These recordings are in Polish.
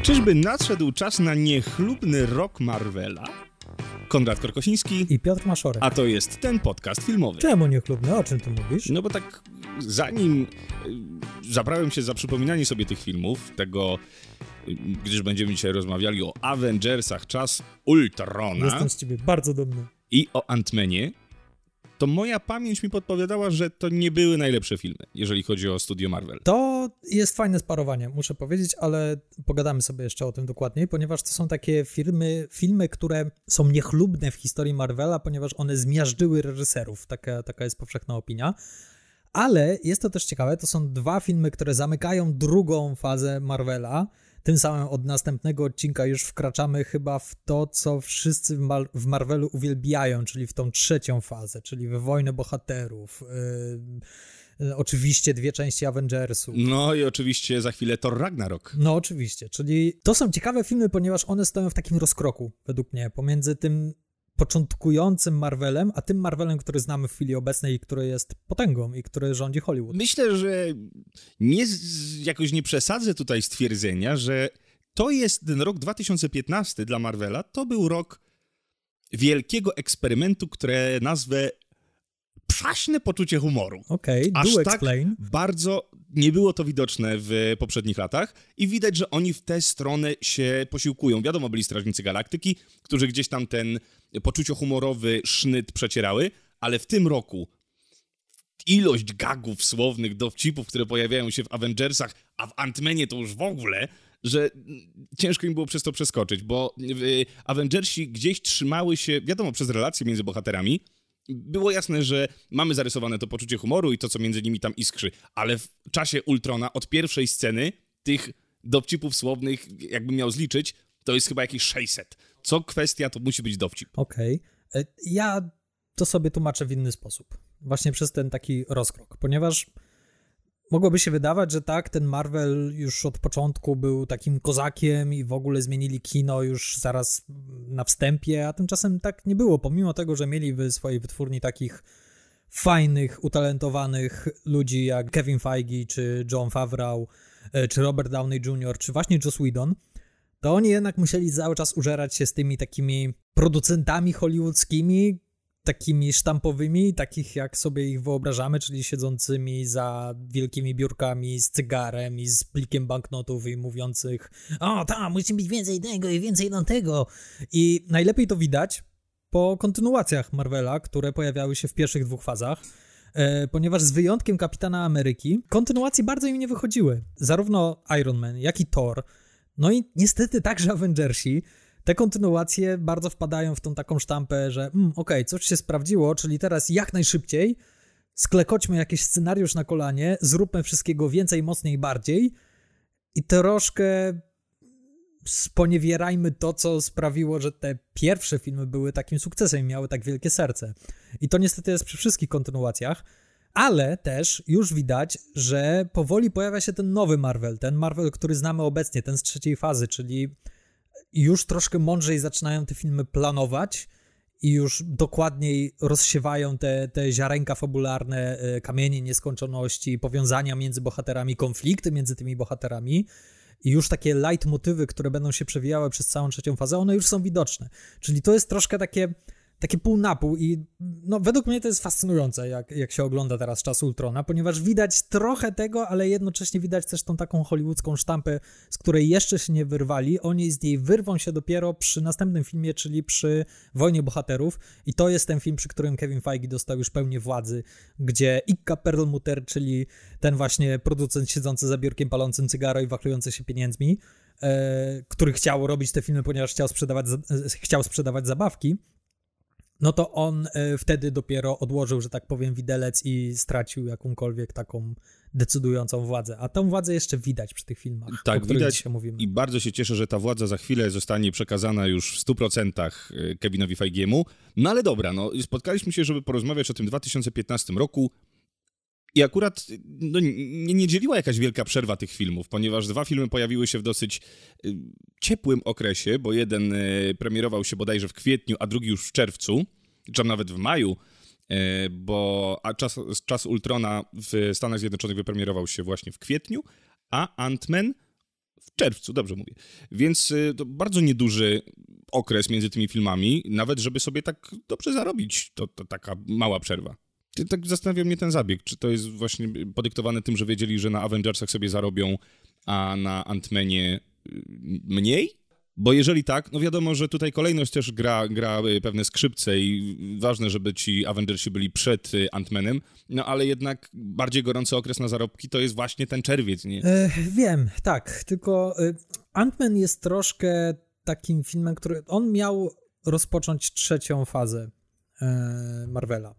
Czyżby nadszedł czas na niechlubny rok Marvela? Konrad Korkosiński i Piotr Maszorek. A to jest ten podcast filmowy. Czemu niechlubny? O czym ty mówisz? No bo tak zanim zabrałem się za przypominanie sobie tych filmów, gdyż będziemy dzisiaj rozmawiali o Avengersach, czas Ultrona. Jestem z ciebie bardzo dumny. I o Ant-Manie, to moja pamięć mi podpowiadała, że to nie były najlepsze filmy, jeżeli chodzi o studio Marvel. To jest fajne sparowanie, muszę powiedzieć, ale pogadamy sobie jeszcze o tym dokładniej, ponieważ to są takie filmy, które są niechlubne w historii Marvela, ponieważ one zmiażdżyły reżyserów. Taka jest powszechna opinia. Ale jest to też ciekawe, to są dwa filmy, które zamykają drugą fazę Marvela. Tym samym od następnego odcinka już wkraczamy chyba w to, co wszyscy w Marvelu uwielbiają, czyli w tą trzecią fazę, czyli w Wojnę Bohaterów. Oczywiście dwie części Avengersów. No i oczywiście za chwilę Thor Ragnarok. No oczywiście, czyli to są ciekawe filmy, ponieważ one stoją w takim rozkroku, według mnie, pomiędzy tym początkującym Marvelem, a tym Marvelem, który znamy w chwili obecnej i który jest potęgą i który rządzi Hollywood. Myślę, że jakoś nie przesadzę tutaj stwierdzenia, że to jest ten rok 2015 dla Marvela, to był rok wielkiego eksperymentu, które nazwę przaśne poczucie humoru. Okej, Aż do tak explain. Bardzo nie było to widoczne w poprzednich latach i widać, że oni w tę stronę się posiłkują. Wiadomo, byli Strażnicy Galaktyki, którzy gdzieś tam ten poczucio-humorowy sznyt przecierały, ale w tym roku ilość gagów słownych, dowcipów, które pojawiają się w Avengersach, a w Ant-Manie to już w ogóle, że ciężko im było przez to przeskoczyć, bo Avengersi gdzieś trzymały się, wiadomo, przez relacje między bohaterami. Było jasne, że mamy zarysowane to poczucie humoru i to, co między nimi tam iskrzy, ale w czasie Ultrona od pierwszej sceny tych dowcipów słownych, jakbym miał zliczyć, to jest chyba jakieś 600. Co kwestia, to musi być dowcip. Okej. Ja to sobie tłumaczę w inny sposób. Właśnie przez ten taki rozkrok, ponieważ mogłoby się wydawać, że tak, ten Marvel już od początku był takim kozakiem i w ogóle zmienili kino już zaraz na wstępie, a tymczasem tak nie było, pomimo tego, że mieli w swojej wytwórni takich fajnych, utalentowanych ludzi jak Kevin Feige, czy Jon Favreau, czy Robert Downey Jr., czy właśnie Joss Whedon, to oni jednak musieli cały czas użerać się z tymi takimi producentami hollywoodzkimi, takimi sztampowymi, takich jak sobie ich wyobrażamy, czyli siedzącymi za wielkimi biurkami z cygarem i z plikiem banknotów i mówiących: o tam, musi być więcej tego i więcej tego. I najlepiej to widać po kontynuacjach Marvela, które pojawiały się w pierwszych dwóch fazach, ponieważ z wyjątkiem Kapitana Ameryki kontynuacje bardzo im nie wychodziły. Zarówno Iron Man, jak i Thor, no i niestety także Avengersi, te kontynuacje bardzo wpadają w tą taką sztampę, że okej, coś się sprawdziło, czyli teraz jak najszybciej sklekoćmy jakiś scenariusz na kolanie, zróbmy wszystkiego więcej, mocniej, bardziej i troszkę sponiewierajmy to, co sprawiło, że te pierwsze filmy były takim sukcesem i miały tak wielkie serce. I to niestety jest przy wszystkich kontynuacjach, ale też już widać, że powoli pojawia się ten nowy Marvel, ten Marvel, który znamy obecnie, ten z trzeciej fazy, czyli już troszkę mądrzej zaczynają te filmy planować i już dokładniej rozsiewają te ziarenka fabularne, kamienie nieskończoności, powiązania między bohaterami, konflikty między tymi bohaterami i już takie leitmotywy, które będą się przewijały przez całą trzecią fazę, one już są widoczne. Czyli to jest troszkę takie pół na pół i no, według mnie to jest fascynujące, jak się ogląda teraz Czas Ultrona, ponieważ widać trochę tego, ale jednocześnie widać też tą taką hollywoodzką sztampę, z której jeszcze się nie wyrwali. Oni z niej wyrwą się dopiero przy następnym filmie, czyli przy Wojnie Bohaterów i to jest ten film, przy którym Kevin Feige dostał już pełnię władzy, gdzie Ika Perlmutter, czyli ten właśnie producent siedzący za biurkiem, palącym cygaro i wachlujący się pieniędzmi, który chciał robić te filmy, ponieważ chciał sprzedawać zabawki, no to on wtedy dopiero odłożył, że tak powiem, widelec i stracił jakąkolwiek taką decydującą władzę. A tą władzę jeszcze widać przy tych filmach, tak, o których widać dzisiaj mówimy. I bardzo się cieszę, że ta władza za chwilę zostanie przekazana już w 100% Kevinowi Feigiemu. No ale dobra, spotkaliśmy się, żeby porozmawiać o tym 2015 roku. I akurat nie dzieliła jakaś wielka przerwa tych filmów, ponieważ dwa filmy pojawiły się w dosyć ciepłym okresie, bo jeden premierował się bodajże w kwietniu, a drugi już w czerwcu, czy tam nawet w maju, bo Czas Ultrona w Stanach Zjednoczonych wypremierował się właśnie w kwietniu, a Ant-Man W czerwcu, dobrze mówię. Więc to bardzo nieduży okres między tymi filmami, nawet żeby sobie tak dobrze zarobić, to taka mała przerwa. Tak zastanawia mnie ten zabieg, czy to jest właśnie podyktowane tym, że wiedzieli, że na Avengersach sobie zarobią, a na Ant-Manie mniej? Bo jeżeli tak, no wiadomo, że tutaj kolejność też gra pewne skrzypce i ważne, żeby ci Avengersi byli przed Ant-Manem, no ale jednak bardziej gorący okres na zarobki to jest właśnie ten czerwiec, nie? Wiem, tak, tylko Ant-Man jest troszkę takim filmem, który on miał rozpocząć trzecią fazę Marvela.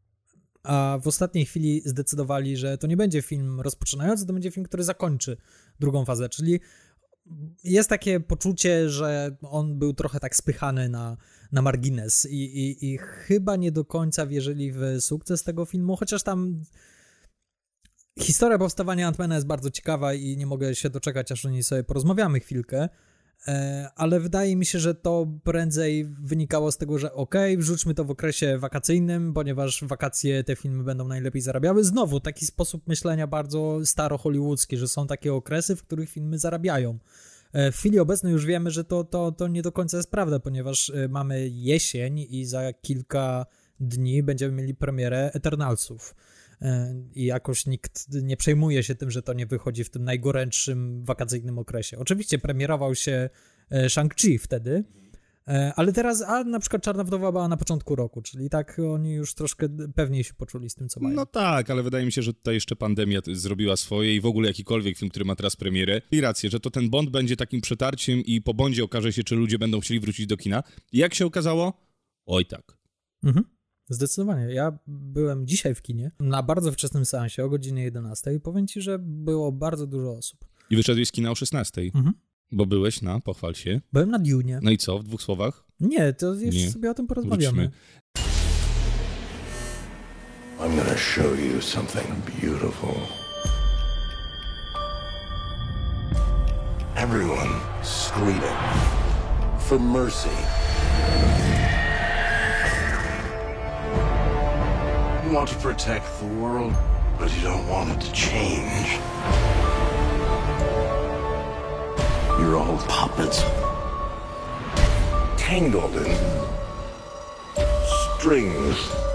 A w ostatniej chwili zdecydowali, że to nie będzie film rozpoczynający, to będzie film, który zakończy drugą fazę, czyli jest takie poczucie, że on był trochę tak spychany na margines i chyba nie do końca wierzyli w sukces tego filmu, chociaż tam historia powstawania Ant-Mana jest bardzo ciekawa i nie mogę się doczekać, aż o niej sobie porozmawiamy chwilkę, ale wydaje mi się, że to prędzej wynikało z tego, że wrzućmy to w okresie wakacyjnym, ponieważ w wakacje te filmy będą najlepiej zarabiały. Znowu taki sposób myślenia bardzo staro-hollywoodzki, że są takie okresy, w których filmy zarabiają. W chwili obecnej już wiemy, że to nie do końca jest prawda, ponieważ mamy jesień i za kilka dni będziemy mieli premierę Eternalsów. I jakoś nikt nie przejmuje się tym, że to nie wychodzi w tym najgorętszym wakacyjnym okresie. Oczywiście premierował się Shang-Chi wtedy, ale teraz, na przykład Czarna Wdowa była na początku roku, czyli tak oni już troszkę pewniej się poczuli z tym, co mają. No tak, ale wydaje mi się, że tutaj jeszcze pandemia zrobiła swoje i w ogóle jakikolwiek film, który ma teraz premierę. I rację, że to ten Bond będzie takim przetarciem i po Bondzie okaże się, czy ludzie będą chcieli wrócić do kina. I jak się okazało? Oj tak. Zdecydowanie. Ja byłem dzisiaj w kinie na bardzo wczesnym seansie o godzinie 11 i powiem ci, że było bardzo dużo osób. I wyszedłeś z kina o 16. Bo byłeś pochwal się. Byłem na Dune. No i co, w 2 słowach? Nie, to jeszcze sobie o tym porozmawiamy. Wróćmy. I'm gonna show you something beautiful. Everyone screaming for mercy. You want to protect the world, but you don't want it to change. You're all puppets, tangled in strings.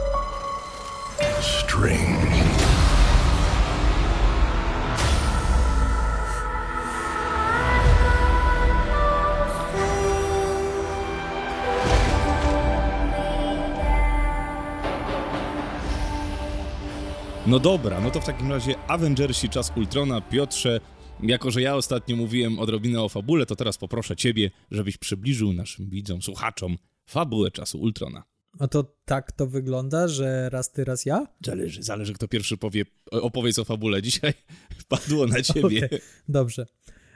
No dobra, no to w takim razie Avengersi Czas Ultrona. Piotrze, jako że ja ostatnio mówiłem odrobinę o fabule, to teraz poproszę ciebie, żebyś przybliżył naszym widzom, słuchaczom fabułę Czasu Ultrona. A to tak to wygląda, że raz ty, raz ja? Zależy kto pierwszy opowiedz o fabule. Dzisiaj padło na ciebie. Okay, dobrze.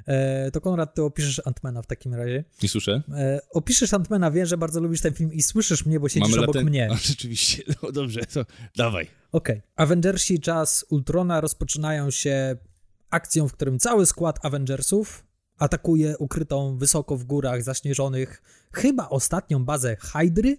To Konrad, ty opiszesz Ant-Mana w takim razie. Nie słyszę? Opiszesz Ant-Mana, wiem, że bardzo lubisz ten film i słyszysz mnie, bo siedzisz obok mnie. A, rzeczywiście, no dobrze, to dawaj. Okej. Avengersi Czas Ultrona rozpoczynają się akcją, w którym cały skład Avengersów atakuje ukrytą wysoko w górach zaśnieżonych chyba ostatnią bazę Hydry,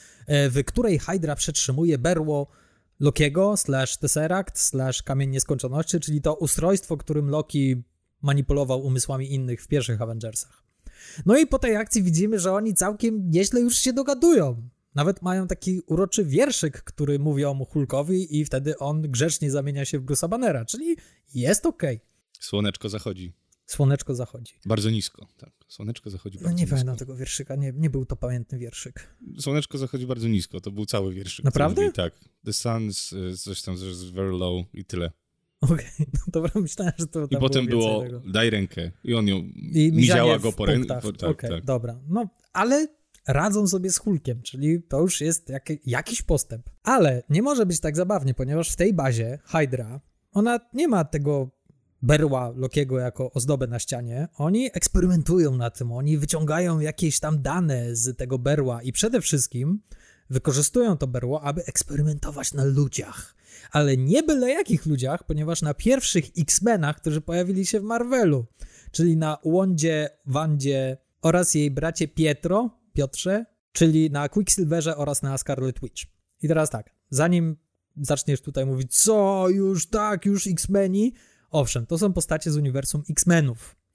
w której Hydra przetrzymuje berło Lokiego / Tesseract / Kamień Nieskończoności, czyli to ustrojstwo, którym Loki manipulował umysłami innych w pierwszych Avengersach. No i po tej akcji widzimy, że oni całkiem nieźle już się dogadują. Nawet mają taki uroczy wierszyk, który mówią Hulkowi i wtedy on grzecznie zamienia się w Bruce'a Bannera, czyli jest okej. Słoneczko zachodzi. Słoneczko zachodzi. Bardzo nisko, tak. Słoneczko zachodzi bardzo nisko. Nie pamiętam tego wierszyka, nie był to pamiętny wierszyk. Słoneczko zachodzi bardzo nisko, to był cały wierszyk. Naprawdę? Mówi, tak. The sun's coś tam is very low i tyle. Okej, no dobra, myślałem, że to tam I potem było tego. Daj rękę i on ją I miziała go po ręce. tak. Dobra, no ale radzą sobie z Hulkiem, czyli to już jest jakiś postęp. Ale nie może być tak zabawnie, ponieważ w tej bazie Hydra, ona nie ma tego berła Lokiego jako ozdobę na ścianie. Oni eksperymentują na tym, oni wyciągają jakieś tam dane z tego berła i przede wszystkim wykorzystują to berło, aby eksperymentować na ludziach. Ale nie byle jakich ludziach, ponieważ na pierwszych X-Menach, którzy pojawili się w Marvelu, czyli na Wandzie, Wandzie oraz jej bracie Piotrze, czyli na Quicksilverze oraz na Scarlet Witch. I teraz tak, zanim zaczniesz tutaj mówić, co, już X-Meni? Owszem, to są postacie z uniwersum X-Menów,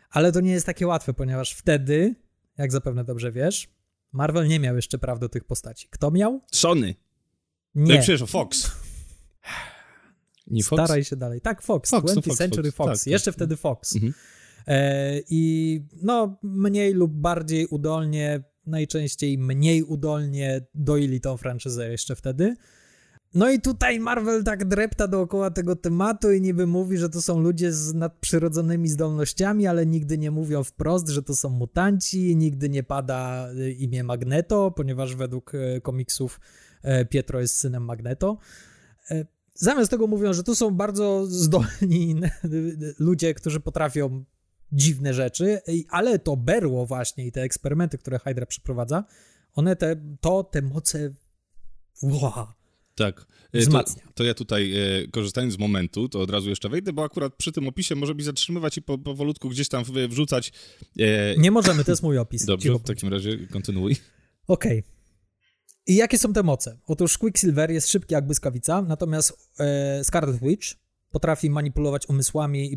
Ale to nie jest takie łatwe, ponieważ wtedy, jak zapewne dobrze wiesz, Marvel nie miał jeszcze praw do tych postaci. Kto miał? Sony. Nie. Przecież Fox. Nie Fox? Staraj się dalej. Tak, Fox. 20th Century Fox. Tak, Jeszcze tak. wtedy Fox. Mhm. I no, mniej lub bardziej udolnie, najczęściej mniej udolnie doili tą franczyzę jeszcze wtedy. No i tutaj Marvel tak drepta dookoła tego tematu i niby mówi, że to są ludzie z nadprzyrodzonymi zdolnościami, ale nigdy nie mówią wprost, że to są mutanci, nigdy nie pada imię Magneto, ponieważ według komiksów Pietro jest synem Magneto. Zamiast tego mówią, że to są bardzo zdolni ludzie, którzy potrafią dziwne rzeczy, ale to berło właśnie i te eksperymenty, które Hydra przeprowadza, one te moce Tak. wzmacnia. To ja tutaj, korzystając z momentu, to od razu jeszcze wejdę, bo akurat przy tym opisie może mi zatrzymywać i powolutku gdzieś tam wrzucać. Nie możemy, to jest mój opis. Dobrze, w takim razie kontynuuj. Okej. I jakie są te moce? Otóż Quicksilver jest szybki jak błyskawica, natomiast Scarlet Witch potrafi manipulować umysłami i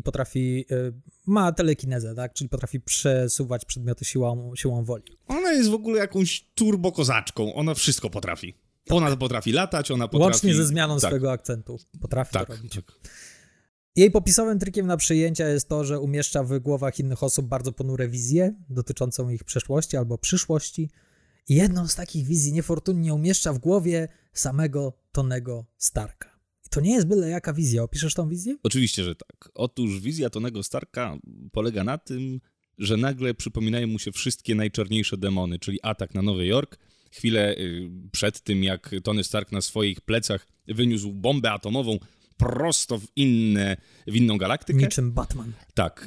ma telekinezę, tak? Czyli potrafi przesuwać przedmioty siłą woli. Ona jest w ogóle jakąś turbokozaczką, ona wszystko potrafi. Ona potrafi latać, ona potrafi... Łącznie ze zmianą swojego akcentu. Potrafi to robić. Tak. Jej popisowym trikiem na przyjęcia jest to, że umieszcza w głowach innych osób bardzo ponure wizje dotyczącą ich przeszłości albo przyszłości. I jedną z takich wizji niefortunnie umieszcza w głowie samego Tonego Starka. I to nie jest byle jaka wizja. Opiszesz tą wizję? Oczywiście, że tak. Otóż wizja Tonego Starka polega na tym, że nagle przypominają mu się wszystkie najczarniejsze demony, czyli atak na Nowy Jork. Chwilę przed tym, jak Tony Stark na swoich plecach wyniósł bombę atomową prosto w inną galaktykę. Niczym Batman. Tak.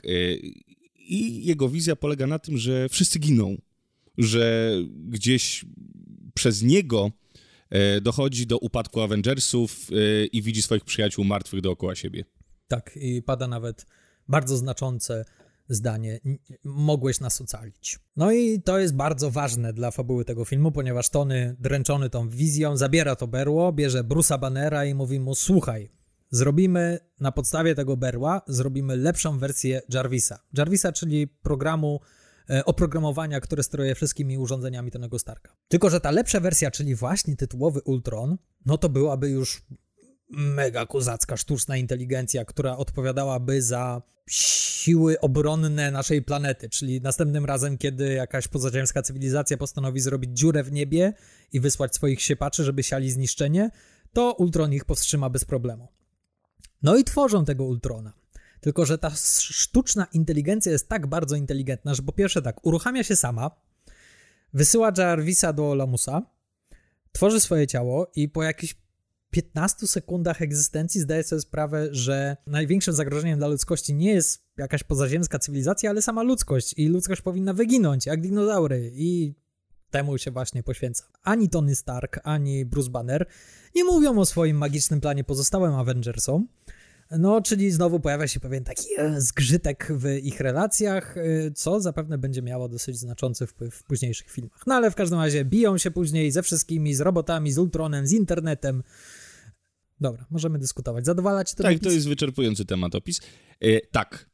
I jego wizja polega na tym, że wszyscy giną. Że gdzieś przez niego dochodzi do upadku Avengersów i widzi swoich przyjaciół martwych dookoła siebie. Tak, i pada nawet bardzo znaczące zdanie: mogłeś nas ocalić. No i to jest bardzo ważne dla fabuły tego filmu, ponieważ Tony, dręczony tą wizją, zabiera to berło, bierze Bruce'a Bannera i mówi mu: słuchaj, zrobimy na podstawie tego berła, zrobimy lepszą wersję Jarvisa. Jarvisa, czyli programu oprogramowania, które steruje wszystkimi urządzeniami Tonego Starka. Tylko że ta lepsza wersja, czyli właśnie tytułowy Ultron, no to byłaby już mega kozacka sztuczna inteligencja, która odpowiadałaby za siły obronne naszej planety, czyli następnym razem, kiedy jakaś pozaziemska cywilizacja postanowi zrobić dziurę w niebie i wysłać swoich siepaczy, żeby siali zniszczenie, to Ultron ich powstrzyma bez problemu. No i tworzą tego Ultrona. Tylko że ta sztuczna inteligencja jest tak bardzo inteligentna, że po pierwsze tak, uruchamia się sama, wysyła Jarvisa do Lamusa, tworzy swoje ciało i po jakichś 15 sekundach egzystencji zdaje sobie sprawę, że największym zagrożeniem dla ludzkości nie jest jakaś pozaziemska cywilizacja, ale sama ludzkość i ludzkość powinna wyginąć jak dinozaury i temu się właśnie poświęca. Ani Tony Stark, ani Bruce Banner nie mówią o swoim magicznym planie pozostałym Avengersom, no czyli znowu pojawia się pewien taki zgrzytek w ich relacjach, co zapewne będzie miało dosyć znaczący wpływ w późniejszych filmach. No ale w każdym razie biją się później ze wszystkimi, z robotami, z Ultronem, z internetem. Dobra, możemy dyskutować. Zadowala ci to? Tak, to jest wyczerpujący temat, opis. Tak.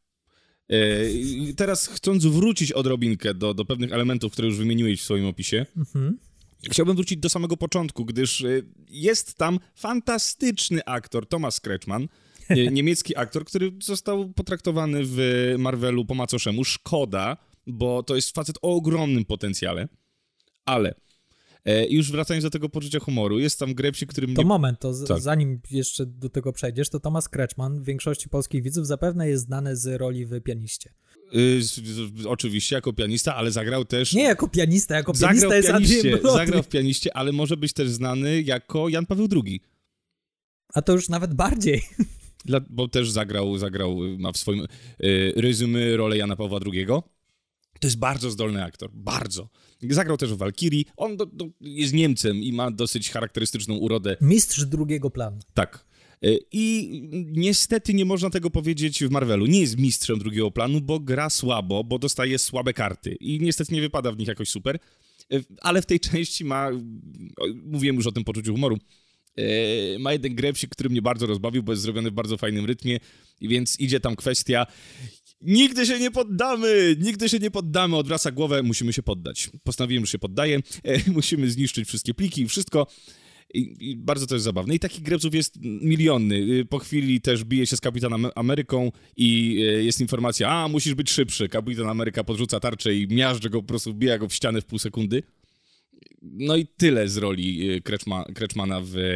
Teraz chcąc wrócić odrobinkę do pewnych elementów, które już wymieniłeś w swoim opisie, chciałbym wrócić do samego początku, gdyż jest tam fantastyczny aktor Thomas Kretschmann, niemiecki aktor, który został potraktowany w Marvelu po macoszemu. Szkoda, bo to jest facet o ogromnym potencjale, ale już wracając do tego poczucia humoru, jest tam Grepsik, który mnie... To moment, tak. Zanim jeszcze do tego przejdziesz, to Thomas Kretschmann większości polskich widzów zapewne jest znany z roli w Pianiście. Oczywiście jako pianista, ale zagrał też... Nie jako pianista jest Andrzejem Brody. Zagrał w Pianiście, ale może być też znany jako Jan Paweł II. A to już nawet bardziej. Bo też zagrał, ma w swoim resume rolę Jana Pawła II. To jest bardzo zdolny aktor, bardzo. Zagrał też w Walkirii. On jest Niemcem i ma dosyć charakterystyczną urodę. Mistrz drugiego planu. Tak. I niestety nie można tego powiedzieć w Marvelu. Nie jest mistrzem drugiego planu, bo gra słabo, bo dostaje słabe karty. I niestety nie wypada w nich jakoś super. Ale w tej części mówiłem już o tym poczuciu humoru, ma jeden grepsik, który mnie bardzo rozbawił, bo jest zrobiony w bardzo fajnym rytmie, więc idzie tam kwestia, Nigdy się nie poddamy! Nigdy się nie poddamy! Odwraca głowę, musimy się poddać. Postanowiłem, że się poddaję. Musimy zniszczyć wszystkie pliki i wszystko. I bardzo to jest zabawne. I takich grabców jest miliony. Po chwili też bije się z Kapitanem Ameryką i jest informacja, musisz być szybszy. Kapitan Ameryka podrzuca tarczę i miażdży go, po prostu wbija go w ścianę w pół sekundy. No i tyle z roli Kretschmana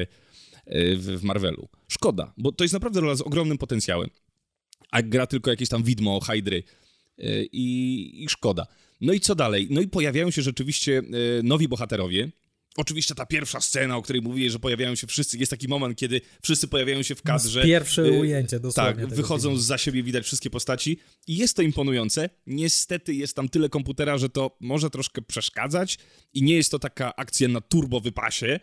w Marvelu. Szkoda, bo to jest naprawdę rola z ogromnym potencjałem. A gra tylko jakieś tam widmo Hydry i szkoda. No i co dalej? No i pojawiają się rzeczywiście nowi bohaterowie. Oczywiście ta pierwsza scena, o której mówię, że pojawiają się wszyscy, jest taki moment, kiedy wszyscy pojawiają się w kadrze. Pierwsze ujęcie dosłownie. Tak, wychodzą za siebie, widać wszystkie postaci i jest to imponujące. Niestety jest tam tyle komputera, że to może troszkę przeszkadzać i nie jest to taka akcja na turbo wypasie,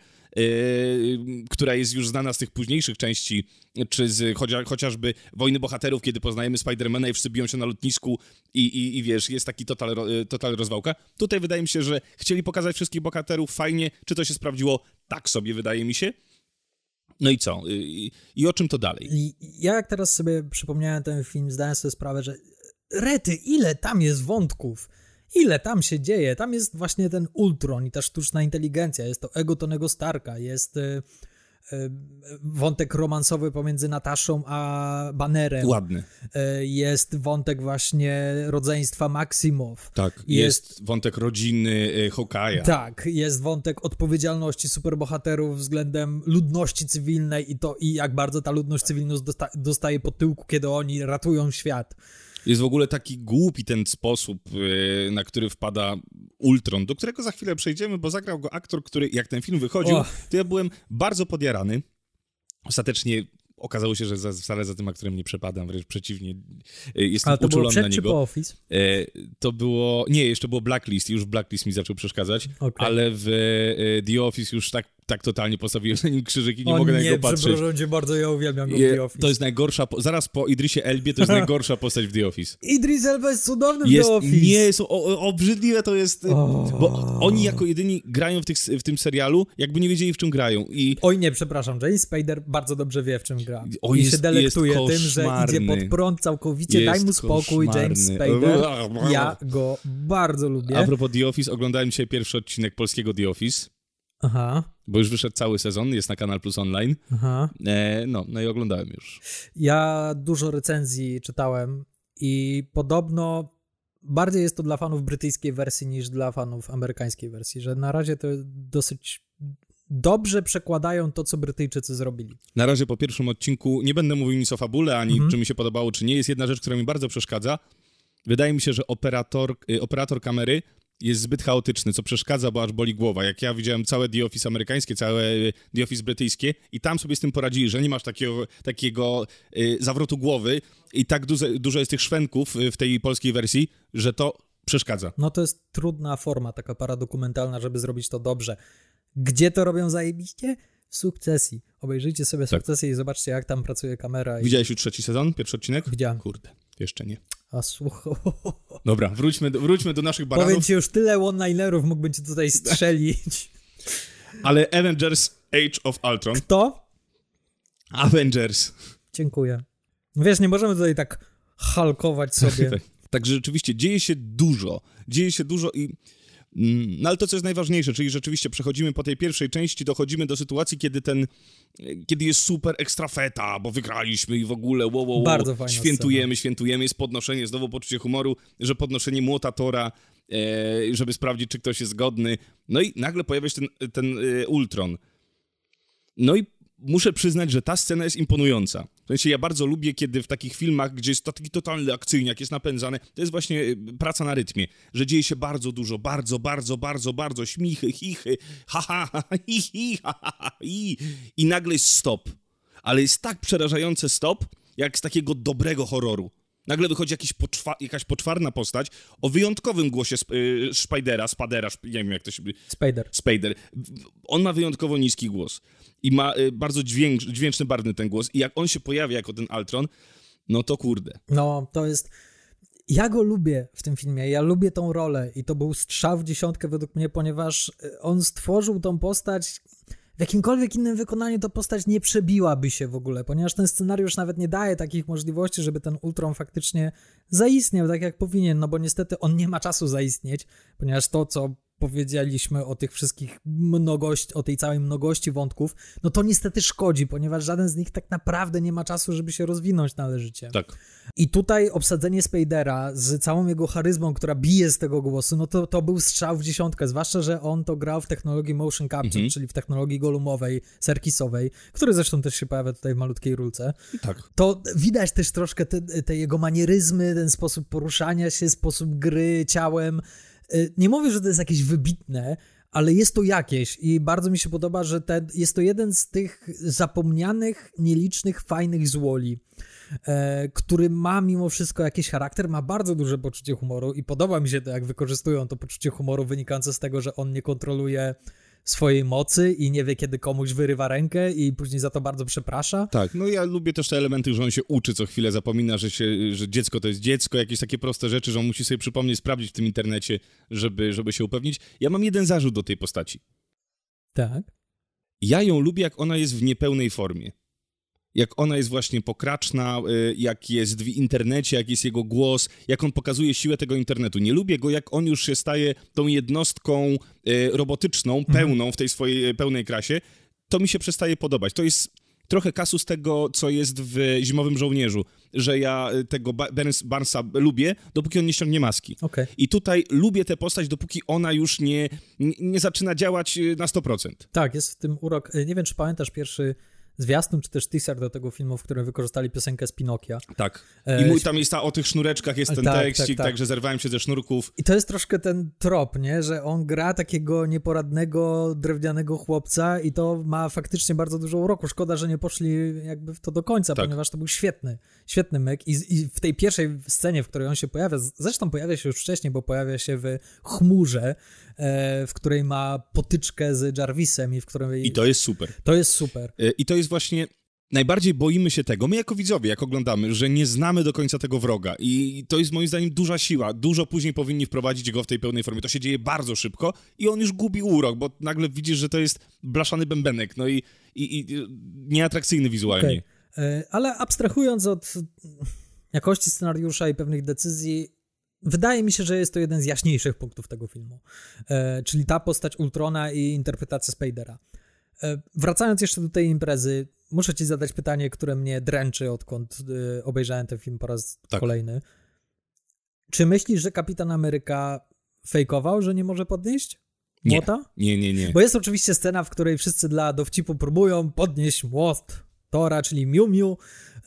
która jest już znana z tych późniejszych części, czy z chociażby Wojny Bohaterów, kiedy poznajemy Spidermana i wszyscy biją się na lotnisku i wiesz, jest taki total rozwałka. Tutaj wydaje mi się, że chcieli pokazać wszystkich bohaterów fajnie. Czy to się sprawdziło? Tak sobie wydaje mi się. No i co? I o czym to dalej? Ja jak teraz sobie przypomniałem ten film, zdałem sobie sprawę, że rety, ile tam jest wątków, ile tam się dzieje. Tam jest właśnie ten Ultron i ta sztuczna inteligencja, jest to ego Tonego Starka, jest wątek romansowy pomiędzy Nataszą a Bannerem. Ładny. Jest wątek właśnie rodzeństwa Maximow. Tak, jest wątek rodziny Hawkeye'a. Tak, jest wątek odpowiedzialności superbohaterów względem ludności cywilnej i jak bardzo ta ludność cywilna dostaje po tyłku, kiedy oni ratują świat. Jest w ogóle taki głupi ten sposób, na który wpada Ultron, do którego za chwilę przejdziemy, bo zagrał go aktor, który jak ten film wychodził, to ja byłem bardzo podjarany. Ostatecznie okazało się, że wcale za tym aktorem nie przepadam, wręcz przeciwnie, jestem uczulony na niego. Ale to było przed czy po Office? To było, nie, jeszcze było Blacklist, już Blacklist mi zaczął przeszkadzać, ale w The Office już tak totalnie postawiłem na nim krzyżyk i nie mogę na niego patrzeć. Przepraszam cię bardzo, ja uwielbiam go w The Office. To jest najgorsza, zaraz po Idrisie Elbie to jest najgorsza postać w The Office. Idris Elba jest cudowny w The Office. Nie, obrzydliwe to jest, bo oni jako jedyni grają w tym serialu, jakby nie wiedzieli, w czym grają. Oj nie, przepraszam, James Spader bardzo dobrze wie, w czym gra. I się delektuje tym, że idzie pod prąd całkowicie, daj mu spokój, James Spader. Ja go bardzo lubię. A propos The Office, oglądałem dzisiaj pierwszy odcinek polskiego The Office. Aha. Bo już wyszedł cały sezon, jest na Kanal Plus Online. Aha. No i oglądałem już. Ja dużo recenzji czytałem i podobno bardziej jest to dla fanów brytyjskiej wersji niż dla fanów amerykańskiej wersji, że na razie to dosyć dobrze przekładają to, co Brytyjczycy zrobili. Na razie po pierwszym odcinku nie będę mówił nic o fabule, ani czy mi się podobało, czy nie. Jest jedna rzecz, która mi bardzo przeszkadza. Wydaje mi się, że operator kamery jest zbyt chaotyczny, co przeszkadza, bo aż boli głowa. Jak ja widziałem całe The Office amerykańskie, całe The Office brytyjskie i tam sobie z tym poradzili, że nie masz takiego zawrotu głowy i tak dużo jest tych szwenków w tej polskiej wersji, że to przeszkadza. No to jest trudna forma, taka paradokumentalna, żeby zrobić to dobrze. Gdzie to robią zajebiście? W Sukcesji. Obejrzyjcie sobie Sukcesję i zobaczcie, jak tam pracuje kamera. Widziałeś już trzeci sezon, pierwszy odcinek? Widziałem. Kurde, jeszcze nie. A słuchaj. Dobra, wróćmy do naszych baranów. Powiem ci, już tyle one-linerów mógłbym ci tutaj strzelić. Ale Avengers Age of Ultron. Kto? Avengers. Dziękuję. Wiesz, nie możemy tutaj tak halkować sobie. Także rzeczywiście dzieje się dużo i... No ale to, co jest najważniejsze, czyli rzeczywiście przechodzimy po tej pierwszej części, dochodzimy do sytuacji, kiedy jest super ekstra feta, bo wygraliśmy i w ogóle Bardzo fajna świętujemy, jest podnoszenie, znowu poczucie humoru, że podnoszenie młota Tora, żeby sprawdzić, czy ktoś jest godny. No i nagle pojawia się ten Ultron. No i muszę przyznać, że ta scena jest imponująca. W sensie ja bardzo lubię, kiedy w takich filmach, gdzie jest taki totalny akcyjniak, jest napędzany, to jest właśnie praca na rytmie, że dzieje się bardzo dużo, bardzo, śmichy, chichy, i nagle jest stop. Ale jest tak przerażający stop, jak z takiego dobrego horroru. Nagle wychodzi jakaś poczwarna postać o wyjątkowym głosie Spadera, nie wiem jak to się... Spader. On ma wyjątkowo niski głos i ma bardzo dźwięczny, barwny ten głos i jak on się pojawia jako ten Ultron, no to kurde. No, to jest... Ja go lubię w tym filmie, ja lubię tą rolę i to był strzał w dziesiątkę według mnie, ponieważ on stworzył tą postać w jakimkolwiek innym wykonaniu to postać nie przebiłaby się w ogóle, ponieważ ten scenariusz nawet nie daje takich możliwości, żeby ten Ultron faktycznie zaistniał tak jak powinien, no bo niestety on nie ma czasu zaistnieć, ponieważ to, co powiedzieliśmy o tych wszystkich o tej całej mnogości wątków, no to niestety szkodzi, ponieważ żaden z nich tak naprawdę nie ma czasu, żeby się rozwinąć należycie. Tak. I tutaj obsadzenie Spadera z całą jego charyzmą, która bije z tego głosu, no to był strzał w dziesiątkę, zwłaszcza, że on to grał w technologii motion capture, czyli w technologii Gollumowej, Serkisowej, który zresztą też się pojawia tutaj w malutkiej rulce. Tak. To widać też troszkę te jego manieryzmy, ten sposób poruszania się, sposób gry ciałem. Nie mówię, że to jest jakieś wybitne, ale jest to jakieś i bardzo mi się podoba, że jest to jeden z tych zapomnianych, nielicznych, fajnych złoli, który ma mimo wszystko jakiś charakter, ma bardzo duże poczucie humoru i podoba mi się to, jak wykorzystują to poczucie humoru wynikające z tego, że on nie kontroluje swojej mocy i nie wie, kiedy komuś wyrywa rękę i później za to bardzo przeprasza. Tak, no ja lubię też te elementy, że on się uczy co chwilę, zapomina, że dziecko to jest dziecko, jakieś takie proste rzeczy, że on musi sobie przypomnieć, sprawdzić w tym internecie, żeby się upewnić. Ja mam jeden zarzut do tej postaci. Tak. Ja ją lubię, jak ona jest w niepełnej formie. Jak ona jest właśnie pokraczna, jak jest w internecie, jak jest jego głos, jak on pokazuje siłę tego internetu. Nie lubię go, jak on już się staje tą jednostką robotyczną, pełną w tej swojej pełnej krasie. To mi się przestaje podobać. To jest trochę kasus tego, co jest w Zimowym Żołnierzu, że ja tego Barnesa lubię, dopóki on nie ściągnie maski. Okay. I tutaj lubię tę postać, dopóki ona już nie zaczyna działać na 100%. Tak, jest w tym urok. Nie wiem, czy pamiętasz pierwszy zwiastun, czy też teaser do tego filmu, w którym wykorzystali piosenkę z Pinokia. Tak. I tam jest o tych sznureczkach jest ten tekstik, także zerwałem się ze sznurków. I to jest troszkę ten trop, nie? Że on gra takiego nieporadnego, drewnianego chłopca i to ma faktycznie bardzo dużo uroku. Szkoda, że nie poszli jakby w to do końca, ponieważ to był świetny myk. I w tej pierwszej scenie, w której on się pojawia, zresztą pojawia się już wcześniej, bo pojawia się w chmurze, w której ma potyczkę z Jarvisem i w której... I to jest super. To jest super. I to jest właśnie... Najbardziej boimy się tego, my jako widzowie, jak oglądamy, że nie znamy do końca tego wroga i to jest moim zdaniem duża siła. Dużo później powinni wprowadzić go w tej pełnej formie. To się dzieje bardzo szybko i on już gubi urok, bo nagle widzisz, że to jest blaszany bębenek, no i nieatrakcyjny wizualnie. Okay. Ale abstrahując od jakości scenariusza i pewnych decyzji, wydaje mi się, że jest to jeden z jaśniejszych punktów tego filmu, czyli ta postać Ultrona i interpretacja Spadera. Wracając jeszcze do tej imprezy, muszę ci zadać pytanie, które mnie dręczy, odkąd obejrzałem ten film po raz kolejny. Czy myślisz, że Kapitan Ameryka fejkował, że nie może podnieść młota? Nie. Bo jest oczywiście scena, w której wszyscy dla dowcipu próbują podnieść młot Tora, czyli Miu Miu,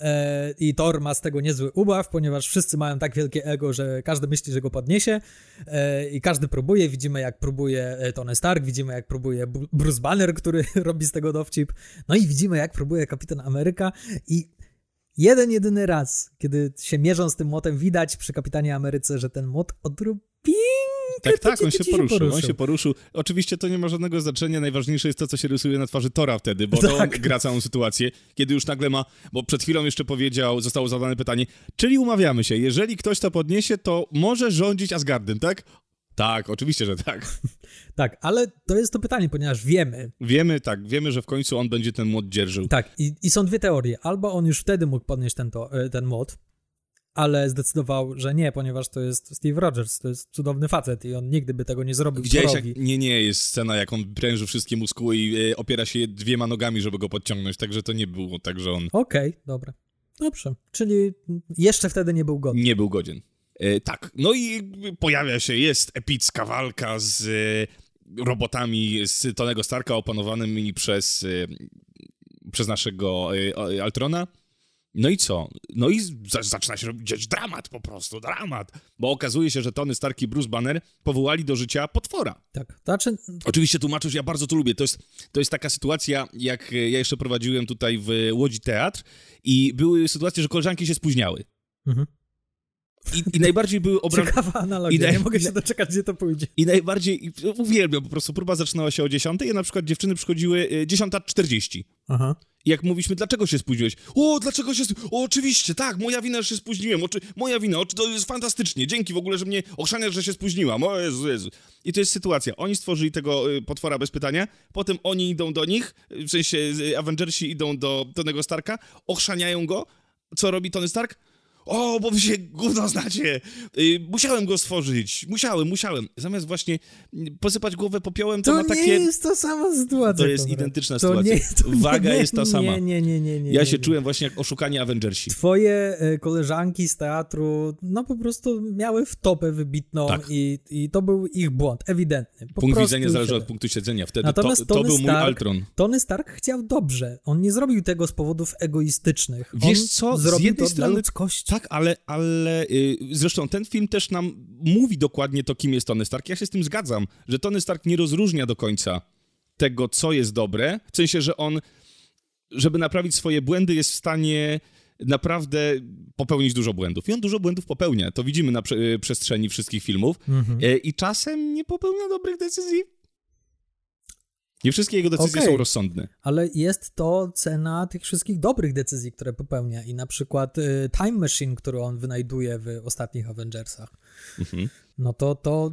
i Thor ma z tego niezły ubaw, ponieważ wszyscy mają tak wielkie ego, że każdy myśli, że go podniesie i każdy próbuje. Widzimy, jak próbuje Tony Stark, widzimy, jak próbuje Bruce Banner, który robi z tego dowcip, no i widzimy, jak próbuje Kapitan Ameryka i jedyny raz, kiedy się mierzą z tym młotem, widać przy Kapitanie Ameryce, że ten młot odrobinkę Tak, on się poruszył. Oczywiście to nie ma żadnego znaczenia, najważniejsze jest to, co się rysuje na twarzy Tora wtedy, bo to on gra całą sytuację, kiedy już nagle bo przed chwilą jeszcze zostało zadane pytanie, czyli umawiamy się, jeżeli ktoś to podniesie, to może rządzić Asgardem, tak? Tak, oczywiście, że tak. Tak, ale to jest to pytanie, ponieważ wiemy, że w końcu on będzie ten młot dzierżył. Tak, i są dwie teorie. Albo on już wtedy mógł podnieść ten młot, ale zdecydował, że nie, ponieważ to jest Steve Rogers, to jest cudowny facet i on nigdy by tego nie zrobił. Widziałeś, jak... Nie, jest scena, jak on pręży wszystkie muskuły i opiera się 2 nogami, żeby go podciągnąć, także to nie było tak, że on... Okej, dobra. Dobrze, czyli jeszcze wtedy nie był godzien. Nie był godzien. Tak, no i pojawia się, jest epicka walka z robotami z Tonego Starka opanowanymi przez naszego Ultrona. No i co? No i zaczyna się robić dramat po prostu, bo okazuje się, że Tony Stark i Bruce Banner powołali do życia potwora. Tak. Znaczy... Oczywiście tłumaczysz, ja bardzo to lubię. To jest taka sytuacja, jak ja jeszcze prowadziłem tutaj w Łodzi teatr i były sytuacje, że koleżanki się spóźniały. Mhm. I najbardziej były obrażone... Ciekawa analogia, nie mogę się doczekać, gdzie to pójdzie. I najbardziej uwielbiam po prostu, próba zaczynała się o 10:00 i na przykład dziewczyny przychodziły 10:40. Aha. Jak mówiliśmy, dlaczego się spóźniłeś? Dlaczego się oczywiście, tak, moja wina, że się spóźniłem. Moja wina, to jest fantastycznie. Dzięki w ogóle, że mnie ochrzaniasz, że się spóźniłam. O Jezu. I to jest sytuacja. Oni stworzyli tego potwora bez pytania, potem oni idą do nich, w sensie Avengersi idą do Tonego Starka, ochrzaniają go. Co robi Tony Stark? Bo wy się gówno znacie. Musiałem go stworzyć. Musiałem. Zamiast właśnie posypać głowę popiołem, to ma takie... To nie jest ta sama sytuacja. To jest identyczna sytuacja. Waga jest ta sama. Nie. Ja się czułem właśnie jak oszukani Avengersi. Twoje koleżanki z teatru, no po prostu miały wtopę wybitną tak. i to był ich błąd, ewidentny. Punkt widzenia zależy od punktu siedzenia. Wtedy natomiast to był mój Ultron. Tony Stark chciał dobrze. On nie zrobił tego z powodów egoistycznych. Wiesz co? Zrobił z jednej to strony dla ludzkości. Tak, ale zresztą ten film też nam mówi dokładnie to, kim jest Tony Stark. Ja się z tym zgadzam, że Tony Stark nie rozróżnia do końca tego, co jest dobre. W sensie, że on, żeby naprawić swoje błędy, jest w stanie naprawdę popełnić dużo błędów. I on dużo błędów popełnia. To widzimy na przestrzeni wszystkich filmów. I czasem nie popełnia dobrych decyzji. Nie wszystkie jego decyzje są rozsądne. Ale jest to cena tych wszystkich dobrych decyzji, które popełnia. I na przykład Time Machine, którą on wynajduje w ostatnich Avengersach. No to...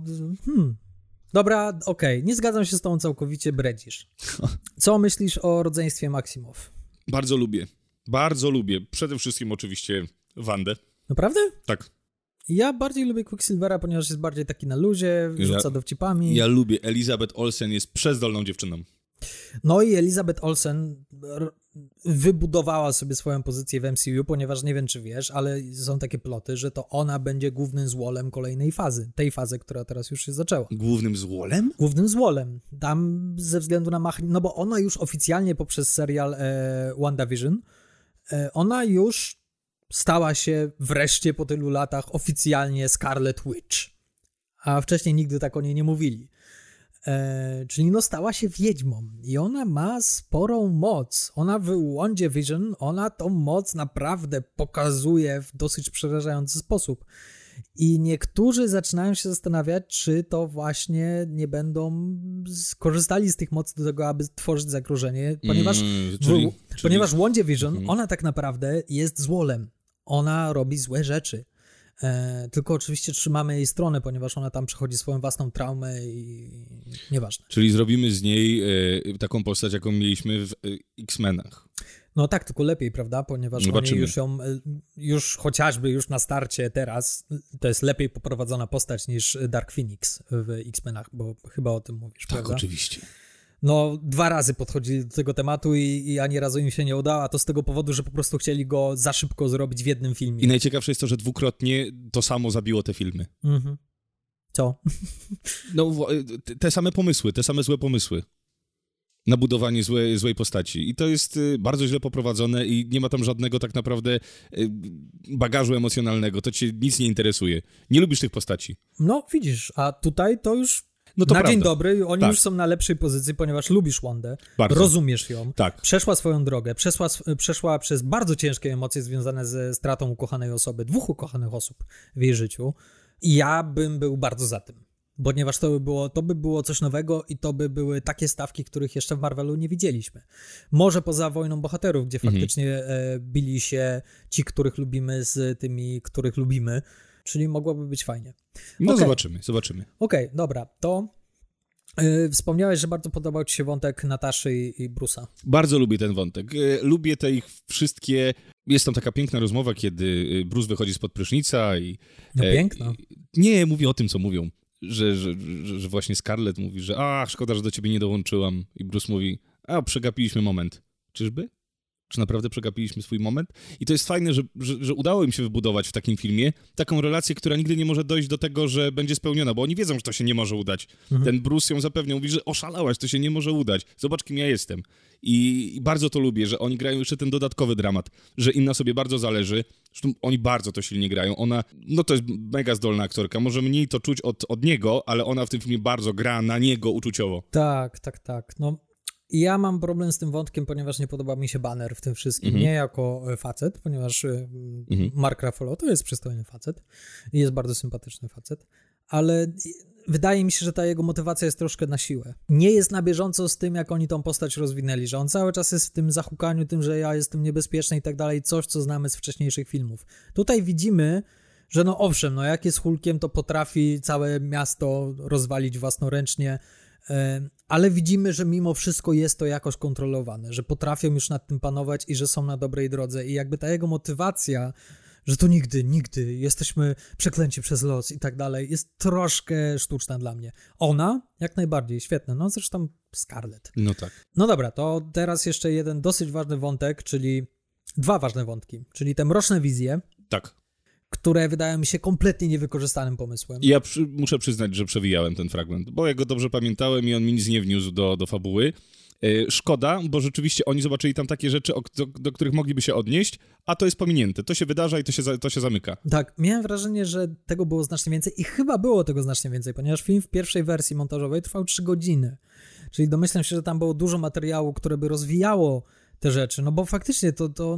Dobra, okej. Nie zgadzam się z tobą całkowicie, bredzisz. Co myślisz o rodzeństwie Maximow? Bardzo lubię. Bardzo lubię. Przede wszystkim oczywiście Wandę. Naprawdę? Tak. Ja bardziej lubię Quicksilvera, ponieważ jest bardziej taki na luzie, rzuca dowcipami. Ja lubię. Elizabeth Olsen jest przezdolną dziewczyną. No i Elizabeth Olsen wybudowała sobie swoją pozycję w MCU, ponieważ nie wiem, czy wiesz, ale są takie ploty, że to ona będzie głównym złolem kolejnej fazy. Tej fazy, która teraz już się zaczęła. Głównym złolem? Głównym złolem. Tam ze względu na no bo ona już oficjalnie poprzez serial WandaVision, ona już stała się wreszcie po tylu latach oficjalnie Scarlet Witch. A wcześniej nigdy tak o niej nie mówili. Czyli no stała się wiedźmą i ona ma sporą moc. Ona w WandaVision, ona tą moc naprawdę pokazuje w dosyć przerażający sposób. I niektórzy zaczynają się zastanawiać, czy to właśnie nie będą skorzystali z tych mocy do tego, aby tworzyć zagrożenie, ponieważ WandaVision, ona tak naprawdę jest złolem. Ona robi złe rzeczy. Tylko oczywiście trzymamy jej stronę, ponieważ ona tam przechodzi swoją własną traumę i nieważne. Czyli zrobimy z niej taką postać, jaką mieliśmy w X-Menach. No tak, tylko lepiej, prawda? Ponieważ oni już chociażby już na starcie teraz, to jest lepiej poprowadzona postać niż Dark Phoenix w X-Menach, bo chyba o tym mówisz, tak, prawda? Tak, oczywiście. No, 2 razy podchodzili do tego tematu i ani razu im się nie udało, a to z tego powodu, że po prostu chcieli go za szybko zrobić w jednym filmie. I najciekawsze jest to, że dwukrotnie to samo zabiło te filmy. Co? No, te same pomysły, te same złe pomysły na budowanie złej postaci. I to jest bardzo źle poprowadzone i nie ma tam żadnego tak naprawdę bagażu emocjonalnego. To cię nic nie interesuje. Nie lubisz tych postaci. No, widzisz, a tutaj to już... No to na prawda. dzień dobry, oni już są na lepszej pozycji, ponieważ lubisz Wandę, rozumiesz ją, przeszła swoją drogę, przeszła przez bardzo ciężkie emocje związane ze stratą ukochanej osoby, 2 ukochanych osób w jej życiu. I ja bym był bardzo za tym, ponieważ to by było coś nowego i to by były takie stawki, których jeszcze w Marvelu nie widzieliśmy. Może poza Wojną Bohaterów, gdzie faktycznie bili się ci, których lubimy z tymi, których lubimy. Czyli mogłoby być fajnie. No zobaczymy. Okej, dobra, to wspomniałeś, że bardzo podobał ci się wątek Nataszy i Bruce'a. Bardzo lubię ten wątek. Lubię te ich wszystkie... Jest tam taka piękna rozmowa, kiedy Bruce wychodzi spod prysznica i... No piękna. Nie, mówię o tym, co mówią. Że właśnie Scarlett mówi, że szkoda, że do ciebie nie dołączyłam. I Bruce mówi, przegapiliśmy moment. Czyżby? Czy naprawdę przegapiliśmy swój moment? I to jest fajne, że udało im się wybudować w takim filmie taką relację, która nigdy nie może dojść do tego, że będzie spełniona, bo oni wiedzą, że to się nie może udać. Ten Bruce ją zapewnia, mówi, że oszalałaś, to się nie może udać. Zobacz, kim ja jestem. I bardzo to lubię, że oni grają jeszcze ten dodatkowy dramat, że im na sobie bardzo zależy. Zresztą oni bardzo to silnie grają. Ona, to jest mega zdolna aktorka. Może mniej to czuć od niego, ale ona w tym filmie bardzo gra na niego uczuciowo. Tak. No, ja mam problem z tym wątkiem, ponieważ nie podoba mi się Banner w tym wszystkim. Nie jako facet, ponieważ Mark Ruffalo to jest przystojny facet i jest bardzo sympatyczny facet, ale wydaje mi się, że ta jego motywacja jest troszkę na siłę. Nie jest na bieżąco z tym, jak oni tą postać rozwinęli, że on cały czas jest w tym zahukaniu, tym, że ja jestem niebezpieczny i tak dalej, coś, co znamy z wcześniejszych filmów. Tutaj widzimy, że no owszem, no jak jest Hulkiem, to potrafi całe miasto rozwalić własnoręcznie, ale widzimy, że mimo wszystko jest to jakoś kontrolowane, że potrafią już nad tym panować i że są na dobrej drodze i jakby ta jego motywacja, że to nigdy, jesteśmy przeklęci przez los i tak dalej, jest troszkę sztuczna dla mnie. Ona jak najbardziej, świetna, no zresztą Scarlett. No tak. No dobra, to teraz jeszcze jeden dosyć ważny wątek, czyli 2 ważne wątki, czyli te mroczne wizje, Tak. które wydają mi się kompletnie niewykorzystanym pomysłem. Ja muszę przyznać, że przewijałem ten fragment, bo ja go dobrze pamiętałem i on mi nic nie wniósł do fabuły. Szkoda, bo rzeczywiście oni zobaczyli tam takie rzeczy, do których mogliby się odnieść, a to jest pominięte. To się wydarza i to się zamyka. Tak, miałem wrażenie, że tego było znacznie więcej i chyba było tego znacznie więcej, ponieważ film w pierwszej wersji montażowej trwał 3 godziny. Czyli domyślam się, że tam było dużo materiału, które by rozwijało te rzeczy, no bo faktycznie to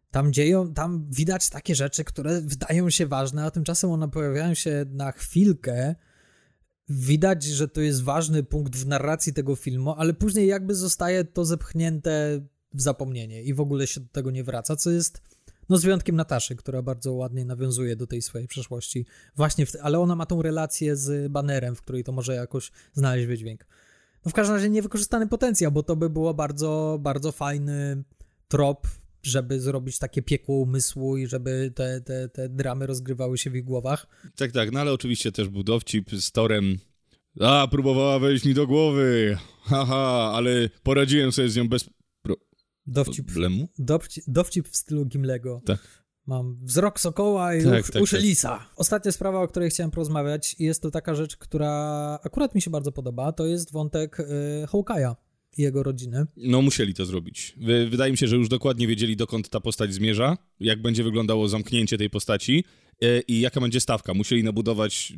tam widać takie rzeczy, które wydają się ważne, a tymczasem one pojawiają się na chwilkę. Widać, że to jest ważny punkt w narracji tego filmu, ale później jakby zostaje to zepchnięte w zapomnienie i w ogóle się do tego nie wraca, co jest, no z wyjątkiem Nataszy, która bardzo ładnie nawiązuje do tej swojej przeszłości. Właśnie, ale ona ma tą relację z Bannerem, w której to może jakoś znaleźć wydźwięk. No w każdym razie niewykorzystany potencjał, bo to by było bardzo, bardzo fajny trop, żeby zrobić takie piekło umysłu i żeby te dramy rozgrywały się w ich głowach. Tak, no ale oczywiście też był dowcip z Thorem. Próbowała wejść mi do głowy. Haha, ale poradziłem sobie z nią bez problemu. Dowcip w stylu Gimlego. Tak. Mam wzrok sokoła i uszy lisa. Ostatnia sprawa, o której chciałem porozmawiać, jest to taka rzecz, która akurat mi się bardzo podoba, to jest wątek Hawkeye'a i jego rodziny. No musieli to zrobić. Wydaje mi się, że już dokładnie wiedzieli, dokąd ta postać zmierza, jak będzie wyglądało zamknięcie tej postaci i jaka będzie stawka. Musieli nabudować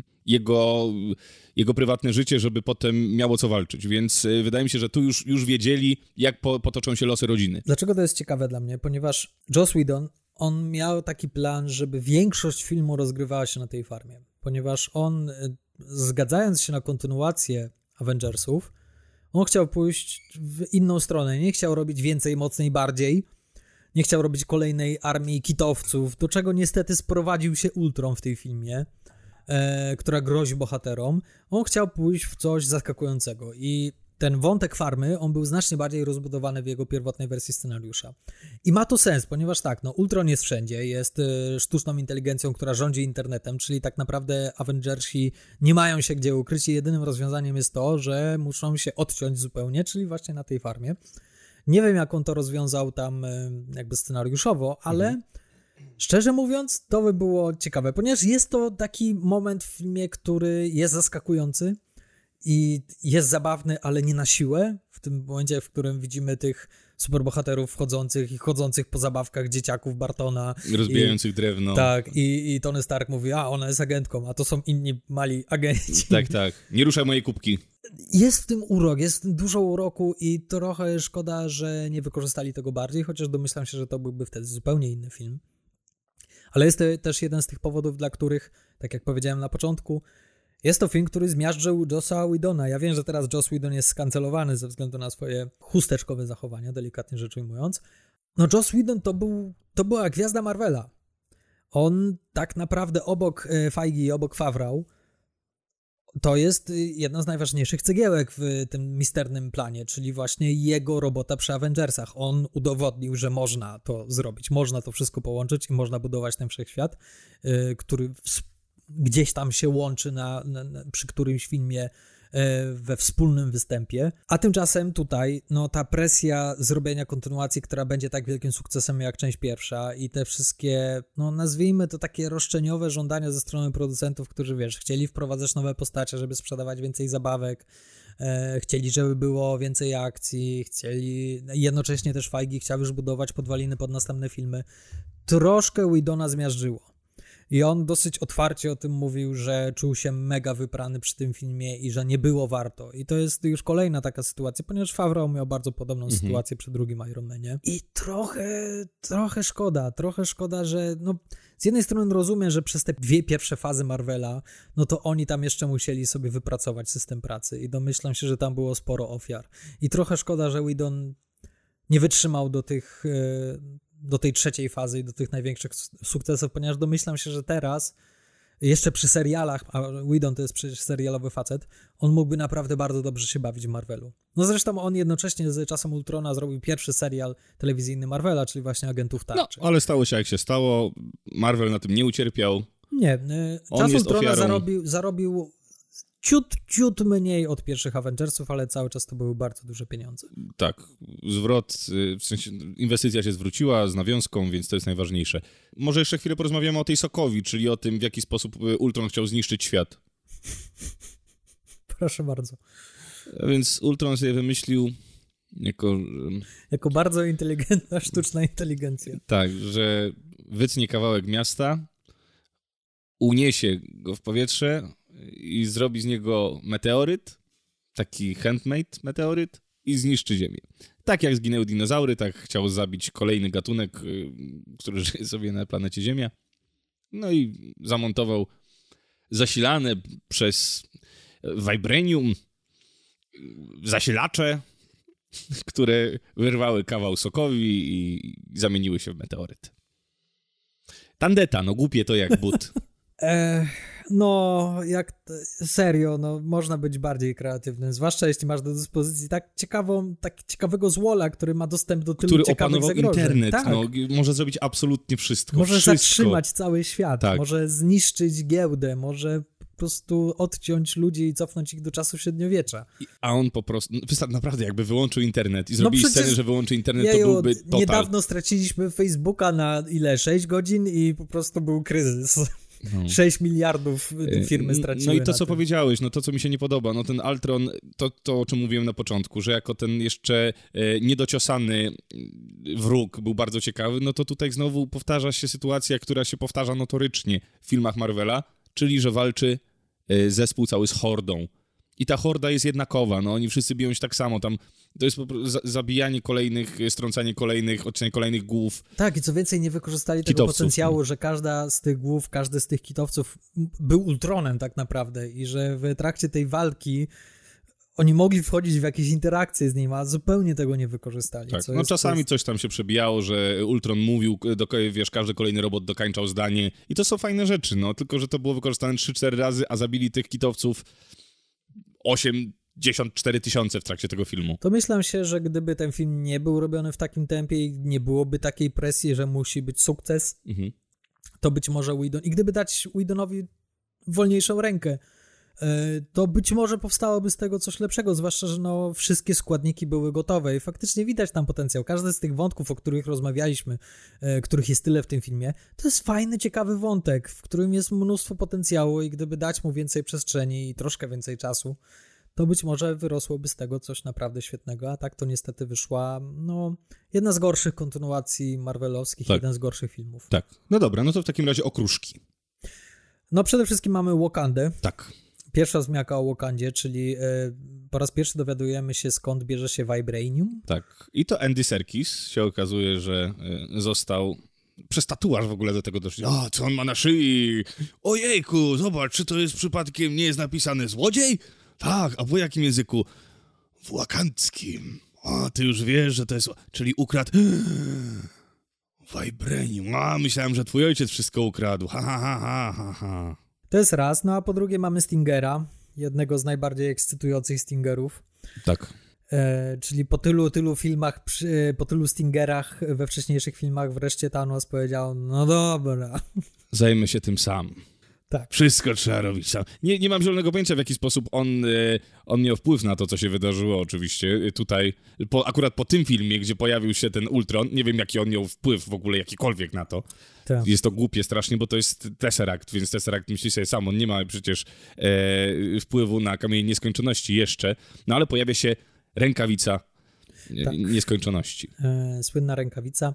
jego prywatne życie, żeby potem miało co walczyć, więc wydaje mi się, że tu już wiedzieli, jak potoczą się losy rodziny. Dlaczego to jest ciekawe dla mnie? Ponieważ Joss Whedon, on miał taki plan, żeby większość filmu rozgrywała się na tej farmie, ponieważ on, zgadzając się na kontynuację Avengersów, on chciał pójść w inną stronę, nie chciał robić więcej, mocniej, bardziej, nie chciał robić kolejnej armii kitowców, do czego niestety sprowadził się Ultron w tej filmie, która grozi bohaterom. On chciał pójść w coś zaskakującego i ten wątek farmy, on był znacznie bardziej rozbudowany w jego pierwotnej wersji scenariusza. I ma to sens, ponieważ tak, no Ultron jest wszędzie, jest sztuczną inteligencją, która rządzi internetem, czyli tak naprawdę Avengersi nie mają się gdzie ukryć i jedynym rozwiązaniem jest to, że muszą się odciąć zupełnie, czyli właśnie na tej farmie. Nie wiem, jak on to rozwiązał tam jakby scenariuszowo, ale szczerze mówiąc, to by było ciekawe, ponieważ jest to taki moment w filmie, który jest zaskakujący i jest zabawny, ale nie na siłę. W tym momencie, w którym widzimy tych superbohaterów wchodzących i chodzących po zabawkach dzieciaków Bartona. Rozbijających drewno. Tak, i Tony Stark mówi, ona jest agentką, a to są inni mali agenci. Tak. Nie ruszaj mojej kubki. Jest w tym urok, jest w tym dużo uroku i trochę szkoda, że nie wykorzystali tego bardziej, chociaż domyślam się, że to byłby wtedy zupełnie inny film. Ale jest to też jeden z tych powodów, dla których, tak jak powiedziałem na początku, jest to film, który zmiażdżył Jossa Whedona. Ja wiem, że teraz Joss Whedon jest skancelowany ze względu na swoje chusteczkowe zachowania, delikatnie rzecz ujmując. No Joss Whedon to była gwiazda Marvela. On tak naprawdę obok Feige i obok Favreau to jest jedna z najważniejszych cegiełek w tym misternym planie, czyli właśnie jego robota przy Avengersach. On udowodnił, że można to zrobić, można to wszystko połączyć i można budować ten wszechświat, który gdzieś tam się łączy przy którymś filmie we wspólnym występie. A tymczasem tutaj ta presja zrobienia kontynuacji, która będzie tak wielkim sukcesem jak część pierwsza i te wszystkie, nazwijmy to takie roszczeniowe żądania ze strony producentów, którzy chcieli wprowadzać nowe postacie, żeby sprzedawać więcej zabawek, chcieli, żeby było więcej akcji, jednocześnie też Feige chciał już budować podwaliny pod następne filmy. Troszkę Whedona zmiażdżyło. I on dosyć otwarcie o tym mówił, że czuł się mega wyprany przy tym filmie i że nie było warto. I to jest już kolejna taka sytuacja, ponieważ Favreau miał bardzo podobną sytuację przy drugim Iron Manie. I trochę szkoda, że z jednej strony rozumiem, że przez te 2 pierwsze fazy Marvela, no to oni tam jeszcze musieli sobie wypracować system pracy i domyślam się, że tam było sporo ofiar. I trochę szkoda, że Whedon nie wytrzymał do tej 3. fazy i do tych największych sukcesów, ponieważ domyślam się, że teraz jeszcze przy serialach, a Whedon to jest przecież serialowy facet, on mógłby naprawdę bardzo dobrze się bawić w Marvelu. No zresztą on jednocześnie z Czasem Ultrona zrobił pierwszy serial telewizyjny Marvela, czyli właśnie Agentów Tarczy. No, ale stało się jak się stało. Marvel na tym nie ucierpiał. Nie, On Czas jest Ultrona ofiarą. zarobił ciut mniej od pierwszych Avengersów, ale cały czas to były bardzo duże pieniądze. Tak, zwrot, w sensie inwestycja się zwróciła z nawiązką, więc to jest najważniejsze. Może jeszcze chwilę porozmawiamy o tej Sokowi, czyli o tym, w jaki sposób Ultron chciał zniszczyć świat. Proszę bardzo. A więc Ultron sobie wymyślił Jako bardzo inteligentna, sztuczna inteligencja. tak, że wytnie kawałek miasta, uniesie go w powietrze i zrobi z niego meteoryt, taki handmade meteoryt i zniszczy Ziemię. Tak jak zginęły dinozaury, tak chciał zabić kolejny gatunek, który żyje sobie na planecie Ziemia. No i zamontował zasilane przez vibranium zasilacze, które wyrwały kawał Sokowi i zamieniły się w meteoryt. Tandeta, no głupie to jak but. No, serio, no można być bardziej kreatywnym, zwłaszcza jeśli masz do dyspozycji tak ciekawego złola, który ma dostęp do tylu Który ciekawych opanował zagrożeń. internet, Tak. no, może zrobić absolutnie wszystko. Może wszystko. zatrzymać cały świat, Tak. może zniszczyć giełdę, może po prostu odciąć ludzi i cofnąć ich do czasu średniowiecza. A on po prostu, naprawdę jakby wyłączył internet i zrobili przecież, scenę, że wyłączy internet, jeju, to byłby total. Niedawno straciliśmy Facebooka na 6 godzin i po prostu był kryzys. 6 miliardów firmy straciły. No i to, co tym. powiedziałeś, no to, co mi się nie podoba, no ten Ultron, to o czym mówiłem na początku, że jako ten jeszcze niedociosany wróg był bardzo ciekawy, no to tutaj znowu powtarza się sytuacja, która się powtarza notorycznie w filmach Marvela, czyli, że walczy zespół cały z hordą. I ta horda jest jednakowa, no oni wszyscy biją się tak samo, tam to jest po prostu zabijanie kolejnych, strącanie kolejnych, odcinanie kolejnych głów. Tak, i co więcej, nie wykorzystali tego Kitowców, potencjału, że każda z tych głów, każdy z tych kitowców był Ultronem tak naprawdę i że w trakcie tej walki oni mogli wchodzić w jakieś interakcje z nim, a zupełnie tego nie wykorzystali. Tak, no czasami coś tam się przebijało, że Ultron mówił, każdy kolejny robot dokańczał zdanie i to są fajne rzeczy, no tylko, że to było wykorzystane 3-4 razy, a zabili tych kitowców 84 tysiące w trakcie tego filmu. To myślę się, że gdyby ten film nie był robiony w takim tempie i nie byłoby takiej presji, że musi być sukces, to być może i gdyby dać Whedonowi wolniejszą rękę, to być może powstałoby z tego coś lepszego, zwłaszcza, że no, wszystkie składniki były gotowe i faktycznie widać tam potencjał. Każdy z tych wątków, o których rozmawialiśmy, których jest tyle w tym filmie, to jest fajny, ciekawy wątek, w którym jest mnóstwo potencjału i gdyby dać mu więcej przestrzeni i troszkę więcej czasu, to być może wyrosłoby z tego coś naprawdę świetnego, a tak to niestety wyszła jedna z gorszych kontynuacji marvelowskich, tak. Jeden z gorszych filmów. Tak, no dobra, no to w takim razie okruszki. No przede wszystkim mamy Wakandę. Tak. Pierwsza wzmianka o Wakandzie, czyli po raz pierwszy dowiadujemy się, skąd bierze się vibranium. Tak. I to Andy Serkis się okazuje, że został przez tatuaż w ogóle do tego doszli. O, co on ma na szyi? Ojejku, zobacz, czy to jest przypadkiem, nie jest napisane złodziej? Tak, a w jakim języku? W wakandzkim. O, ty już wiesz, że to jest... Czyli ukradł... Vibranium. A, myślałem, że twój ojciec wszystko ukradł. Ha, ha, ha, ha, ha. To jest raz, no a po drugie mamy Stingera, jednego z najbardziej ekscytujących Stingerów. Tak. Czyli po tylu filmach, po tylu Stingerach we wcześniejszych filmach wreszcie Thanos powiedział, no dobra. Zajmę się tym sam. Tak. Wszystko trzeba robić sam. Nie mam zielonego pojęcia, w jaki sposób on miał wpływ na to, co się wydarzyło oczywiście tutaj, akurat po tym filmie, gdzie pojawił się ten Ultron. Nie wiem, jaki on miał wpływ w ogóle jakikolwiek na to. Tak. Jest to głupie strasznie, bo to jest Tesseract, więc Tesseract myśli sobie sam, on nie ma przecież wpływu na kamień nieskończoności jeszcze, no ale pojawia się rękawica nieskończoności. Słynna rękawica.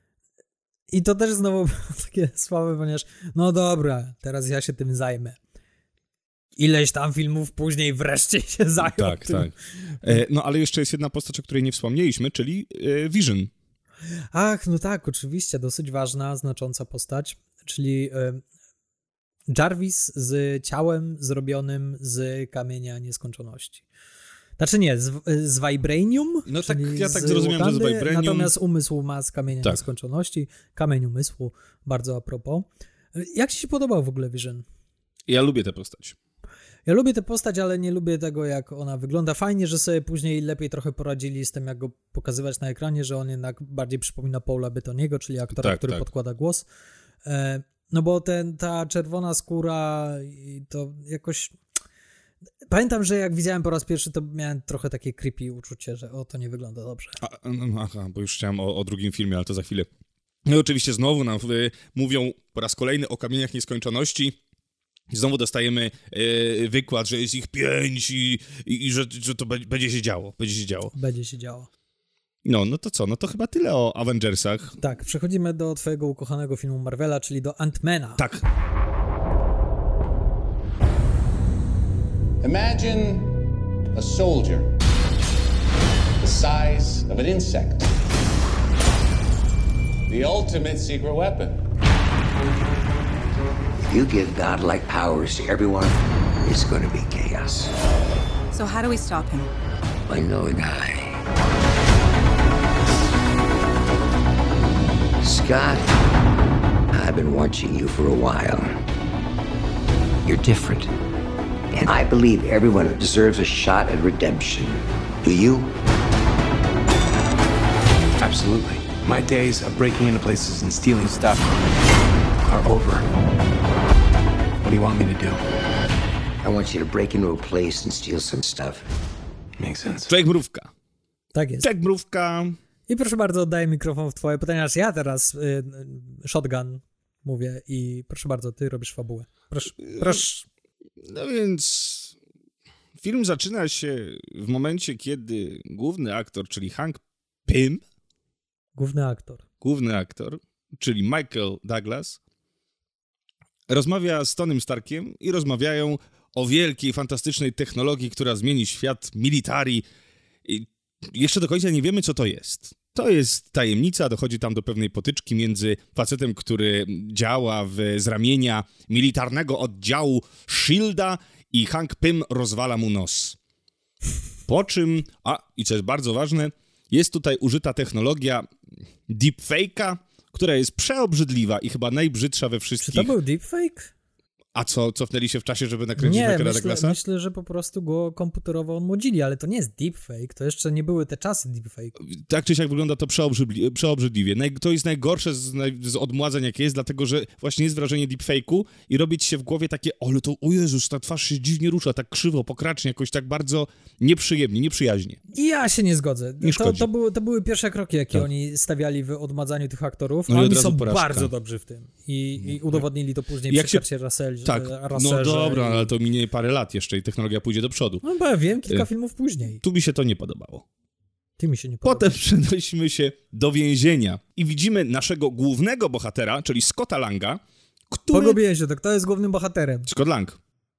I to też znowu było takie słabe, ponieważ no dobra, teraz ja się tym zajmę. Ileś tam filmów później wreszcie się zajął. Tak, tym. tak. No ale jeszcze jest jedna postać, o której nie wspomnieliśmy, czyli Vision. Ach, no tak, oczywiście, dosyć ważna, znacząca postać, czyli Jarvis z ciałem zrobionym z kamienia nieskończoności. Znaczy nie, z Vibranium. No tak, ja tak zrozumiałem, że z Vibranium. Natomiast umysł ma z kamienia Tak. nieskończoności. Kamień umysłu, bardzo a propos. Jak ci się podobał w ogóle Vision? Ja lubię tę postać. Ja lubię tę postać, ale nie lubię tego, jak ona wygląda. Fajnie, że sobie później lepiej trochę poradzili z tym, jak go pokazywać na ekranie, że on jednak bardziej przypomina Paula Bettoniego, czyli aktora, który podkłada głos. No bo ta czerwona skóra to jakoś... Pamiętam, że jak widziałem po raz pierwszy, to miałem trochę takie creepy uczucie, że to nie wygląda dobrze. Aha, bo już chciałem o drugim filmie, ale to za chwilę. No i oczywiście znowu nam mówią po raz kolejny o kamieniach nieskończoności. Znowu dostajemy wykład, że jest ich 5 i że to będzie się działo. Będzie się działo. No to co? No to chyba tyle o Avengersach. Tak, przechodzimy do twojego ukochanego filmu Marvela, czyli do Ant-Mana. Tak. Imagine a soldier the size of an insect. The ultimate secret weapon. If you give godlike powers to everyone, it's going to be chaos. So how do we stop him? I know a guy. Scott, I've been watching you for a while. You're different. And I believe everyone deserves a shot at redemption. Do you? Absolutely. My days of breaking into places and stealing stuff are over. What do you want me to do? I want you to break into a place and steal some stuff. Makes sense. Człowiek mrówka. Tak jest. Człowiek mrówka. I proszę bardzo, oddaję mikrofon w twoje pytania, aż ja teraz shotgun mówię i proszę bardzo, ty robisz fabułę. Proszę. No więc film zaczyna się w momencie, kiedy główny aktor, czyli Hank Pym, główny aktor, czyli Michael Douglas, rozmawia z Tonym Starkiem i rozmawiają o wielkiej, fantastycznej technologii, która zmieni świat military. I jeszcze do końca nie wiemy, co to jest. To jest tajemnica, dochodzi tam do pewnej potyczki między facetem, który działa z ramienia militarnego oddziału SHIELD-a i Hank Pym rozwala mu nos. Po czym, i co jest bardzo ważne, jest tutaj użyta technologia deepfake'a, która jest przeobrzydliwa i chyba najbrzydsza we wszystkich. Czy to był deepfake? A co, cofnęli się w czasie, żeby nakręcić Michaela Douglasa? Myślę, że po prostu go komputerowo odmłodzili, ale to nie jest deepfake, to jeszcze nie były te czasy deepfake. Tak czy siak wygląda to przeobrzydliwie. To jest najgorsze z odmładzań, jakie jest, dlatego że właśnie jest wrażenie deepfake'u i robić się w głowie takie, ale to, o Jezus, ta twarz się dziwnie rusza, tak krzywo, pokracznie, jakoś tak bardzo nieprzyjemnie, nieprzyjaźnie. Ja się nie zgodzę. To były pierwsze kroki, jakie oni stawiali w odmładzaniu tych aktorów, a oni są bardzo dobrzy w tym. I udowodnili to później przy Kurcie Russellie. Tak, no dobra, ale to minie parę lat jeszcze i technologia pójdzie do przodu. No bo ja wiem, kilka filmów później. Tu mi się to nie podobało. Ty mi się nie podoba. Potem przenosimy się do więzienia i widzimy naszego głównego bohatera, czyli Scotta Langa, który... Pogubiłem się, to kto jest głównym bohaterem? Scott Lang.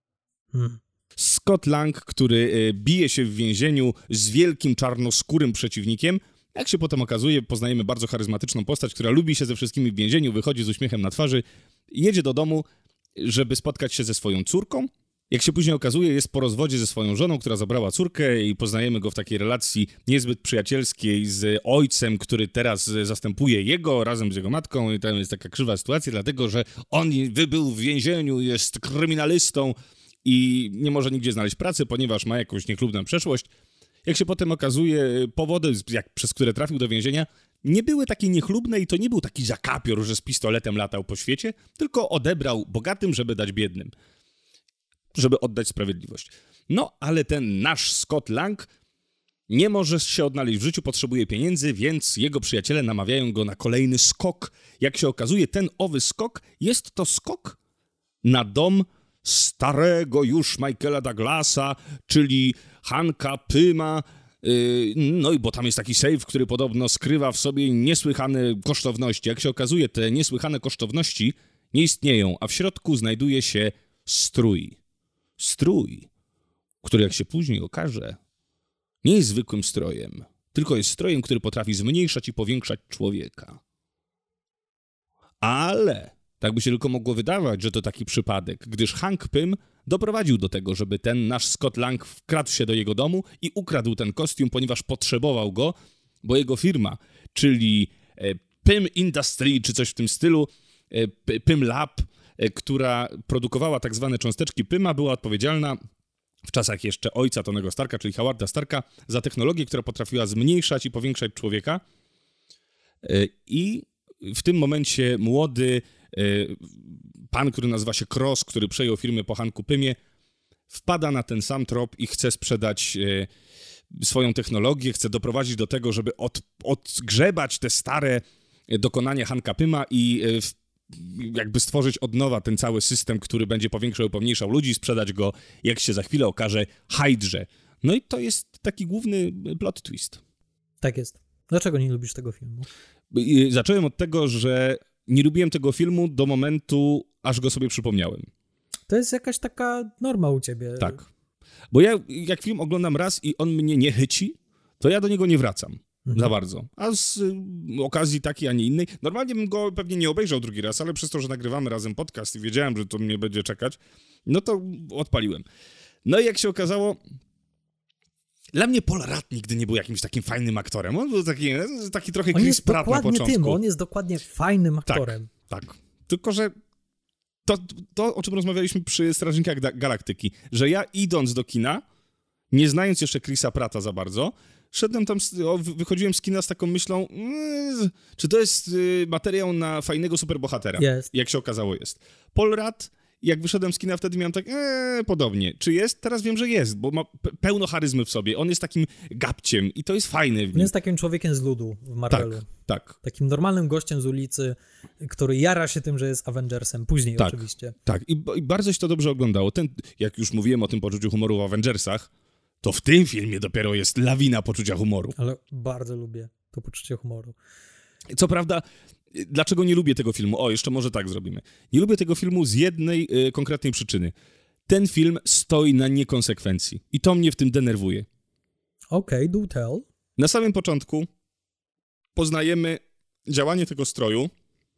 Scott Lang, który bije się w więzieniu z wielkim czarnoskórym przeciwnikiem. Jak się potem okazuje, poznajemy bardzo charyzmatyczną postać, która lubi się ze wszystkimi w więzieniu, wychodzi z uśmiechem na twarzy, jedzie do domu, żeby spotkać się ze swoją córką. Jak się później okazuje, jest po rozwodzie ze swoją żoną, która zabrała córkę i poznajemy go w takiej relacji niezbyt przyjacielskiej z ojcem, który teraz zastępuje jego razem z jego matką i tam jest taka krzywa sytuacja, dlatego że on był w więzieniu, jest kryminalistą i nie może nigdzie znaleźć pracy, ponieważ ma jakąś niechlubną przeszłość. Jak się potem okazuje, powody, przez które trafił do więzienia, nie były takie niechlubne i to nie był taki zakapior, że z pistoletem latał po świecie, tylko odebrał bogatym, żeby dać biednym. Żeby oddać sprawiedliwość. No, ale ten nasz Scott Lang nie może się odnaleźć w życiu, potrzebuje pieniędzy, więc jego przyjaciele namawiają go na kolejny skok. Jak się okazuje, ten owy skok jest to skok na dom starego już Michaela Douglasa, czyli Hanka Pyma. No i bo tam jest taki sejf, który podobno skrywa w sobie niesłychane kosztowności. Jak się okazuje, te niesłychane kosztowności nie istnieją, a w środku znajduje się strój. Strój, który jak się później okaże, nie jest zwykłym strojem, tylko jest strojem, który potrafi zmniejszać i powiększać człowieka. Ale Tak by się tylko mogło wydawać, że to taki przypadek, gdyż Hank Pym doprowadził do tego, żeby ten nasz Scott Lang wkradł się do jego domu i ukradł ten kostium, ponieważ potrzebował go, bo jego firma, czyli Pym Industry, czy coś w tym stylu, Pym Lab, która produkowała tak zwane cząsteczki Pyma, była odpowiedzialna w czasach jeszcze ojca Tonego Starka, czyli Howarda Starka, za technologię, która potrafiła zmniejszać i powiększać człowieka. I w tym momencie młody pan, który nazywa się Cross, który przejął firmę po Hanku Pymie, wpada na ten sam trop i chce sprzedać swoją technologię, chce doprowadzić do tego, żeby odgrzebać te stare dokonania Hanka Pyma i jakby stworzyć od nowa ten cały system, który będzie powiększał i pomniejszał ludzi, sprzedać go, jak się za chwilę okaże, Hydrze. No i to jest taki główny plot twist. Tak jest. Dlaczego nie lubisz tego filmu? Zacząłem od tego, że nie lubiłem tego filmu do momentu, aż go sobie przypomniałem. To jest jakaś taka norma u ciebie. Tak. Bo ja jak film oglądam raz i on mnie nie chyci, to ja do niego nie wracam za bardzo. A z okazji takiej, a nie innej, normalnie bym go pewnie nie obejrzał drugi raz, ale przez to, że nagrywamy razem podcast i wiedziałem, że to mnie będzie czekać, no to odpaliłem. No i jak się okazało, dla mnie Paul Rudd nigdy nie był jakimś takim fajnym aktorem. On był taki trochę Chris Pratt na początku. On jest dokładnie fajnym aktorem. Tak. Tylko, że to, o czym rozmawialiśmy przy Strażnikach Galaktyki, że ja idąc do kina, nie znając jeszcze Chrisa Pratta za bardzo, szedłem tam, wychodziłem z kina z taką myślą, czy to jest materiał na fajnego superbohatera? Jest. Jak się okazało, jest. Paul Rudd, jak wyszedłem z kina, wtedy miałem tak, podobnie. Czy jest? Teraz wiem, że jest, bo ma pełno charyzmy w sobie. On jest takim gapciem i to jest fajne w nim. On jest takim człowiekiem z ludu w Marvelu. Tak. Takim normalnym gościem z ulicy, który jara się tym, że jest Avengersem. Później oczywiście. Tak. I bardzo się to dobrze oglądało. Jak już mówiłem o tym poczuciu humoru w Avengersach, to w tym filmie dopiero jest lawina poczucia humoru. Ale bardzo lubię to poczucie humoru. Co prawda, dlaczego nie lubię tego filmu? Jeszcze może tak zrobimy. Nie lubię tego filmu z jednej konkretnej przyczyny. Ten film stoi na niekonsekwencji. I to mnie w tym denerwuje. Okej, do tell. Na samym początku poznajemy działanie tego stroju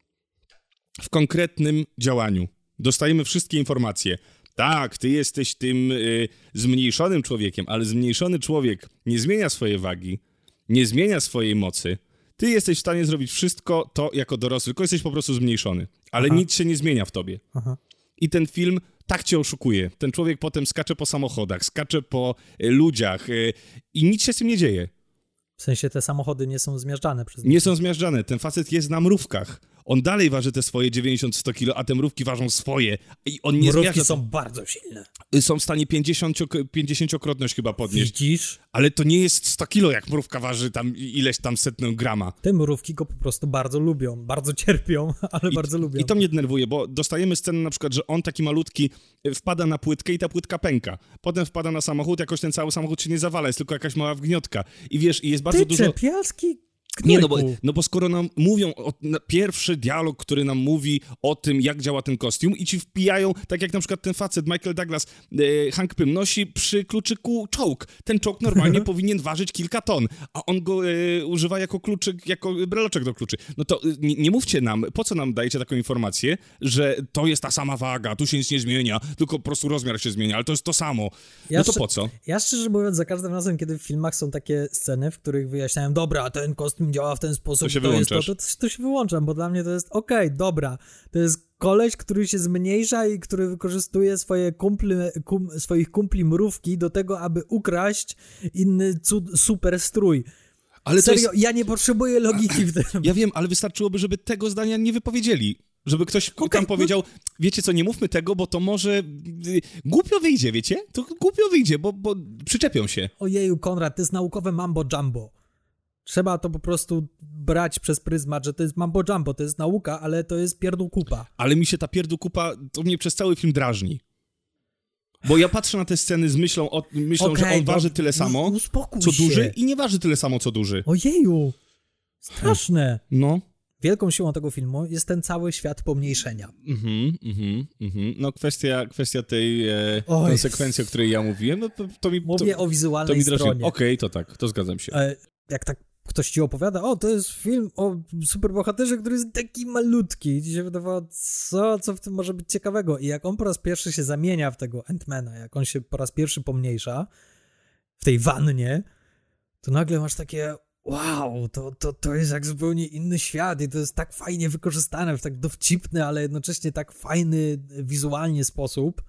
w konkretnym działaniu. Dostajemy wszystkie informacje. Tak, ty jesteś tym zmniejszonym człowiekiem, ale zmniejszony człowiek nie zmienia swojej wagi, nie zmienia swojej mocy. Ty jesteś w stanie zrobić wszystko to jako dorosły, tylko jesteś po prostu zmniejszony. Ale nic się nie zmienia w tobie. I ten film tak cię oszukuje. Ten człowiek potem skacze po samochodach, skacze po ludziach i nic się z tym nie dzieje. W sensie te samochody nie są zmiażdżane przez niego. Nie są zmiażdżane. Ten facet jest na mrówkach. On dalej waży te swoje 90-100 kilo, a te mrówki ważą swoje. I on nie mrówki są bardzo silne. Są w stanie 50-krotność chyba podnieść. Widzisz? Ale to nie jest 100 kilo, jak mrówka waży tam ileś tam setną grama. Te mrówki go po prostu bardzo lubią. Bardzo cierpią, ale bardzo lubią. I to mnie denerwuje, bo dostajemy scenę na przykład, że on taki malutki wpada na płytkę i ta płytka pęka. Potem wpada na samochód, jakoś ten cały samochód się nie zawala, jest tylko jakaś mała wgniotka. I wiesz, i jest bardzo dużo... czepialski... Nie, no bo skoro nam mówią, pierwszy dialog, który nam mówi o tym, jak działa ten kostium i ci wpijają, tak jak na przykład ten facet, Michael Douglas, Hank Pym, nosi przy kluczyku czołg. Ten czołg normalnie powinien ważyć kilka ton, a on go używa jako kluczyk, jako breloczek do kluczy. No to nie mówcie nam, po co nam dajecie taką informację, że to jest ta sama waga, tu się nic nie zmienia, tylko po prostu rozmiar się zmienia, ale to jest to samo. No to po co? Ja szczerze mówiąc, za każdym razem, kiedy w filmach są takie sceny, w których wyjaśniają, dobra, ten kostium działa w ten sposób, to się wyłączam, bo dla mnie to jest okej, dobra, to jest koleś, który się zmniejsza i który wykorzystuje swoich kumpli mrówki do tego, aby ukraść inny super strój. Ale serio, ja nie potrzebuję logiki w tym. Ja wiem, ale wystarczyłoby, żeby tego zdania nie wypowiedzieli. Żeby ktoś tam powiedział, wiecie co, nie mówmy tego, bo to może głupio wyjdzie, wiecie? To głupio wyjdzie, bo przyczepią się. Ojeju, Konrad, to jest naukowe mambo jumbo. Trzeba to po prostu brać przez pryzmat, że to jest mambo jumbo, to jest nauka, ale to jest pierdółkupa. Ale mi się ta pierdółkupa, to mnie przez cały film drażni. Bo ja patrzę na te sceny z myślą, że on waży tyle samo, co duży i nie waży tyle samo, co duży. Ojeju, straszne. No. Wielką siłą tego filmu jest ten cały świat pomniejszenia. No kwestia tej konsekwencji, o której ja mówiłem, no to mi... Mówię o wizualnej stronie. Okej, to tak, to zgadzam się. Jak tak ktoś ci opowiada, o, to jest film o superbohaterze, który jest taki malutki. I ci się wydawało, co w tym może być ciekawego. I jak on po raz pierwszy się zamienia w tego Ant-Mana, jak on się po raz pierwszy pomniejsza w tej wannie, to nagle masz takie, wow, to jest jak zupełnie inny świat i to jest tak fajnie wykorzystane w tak dowcipny, ale jednocześnie tak fajny wizualnie sposób.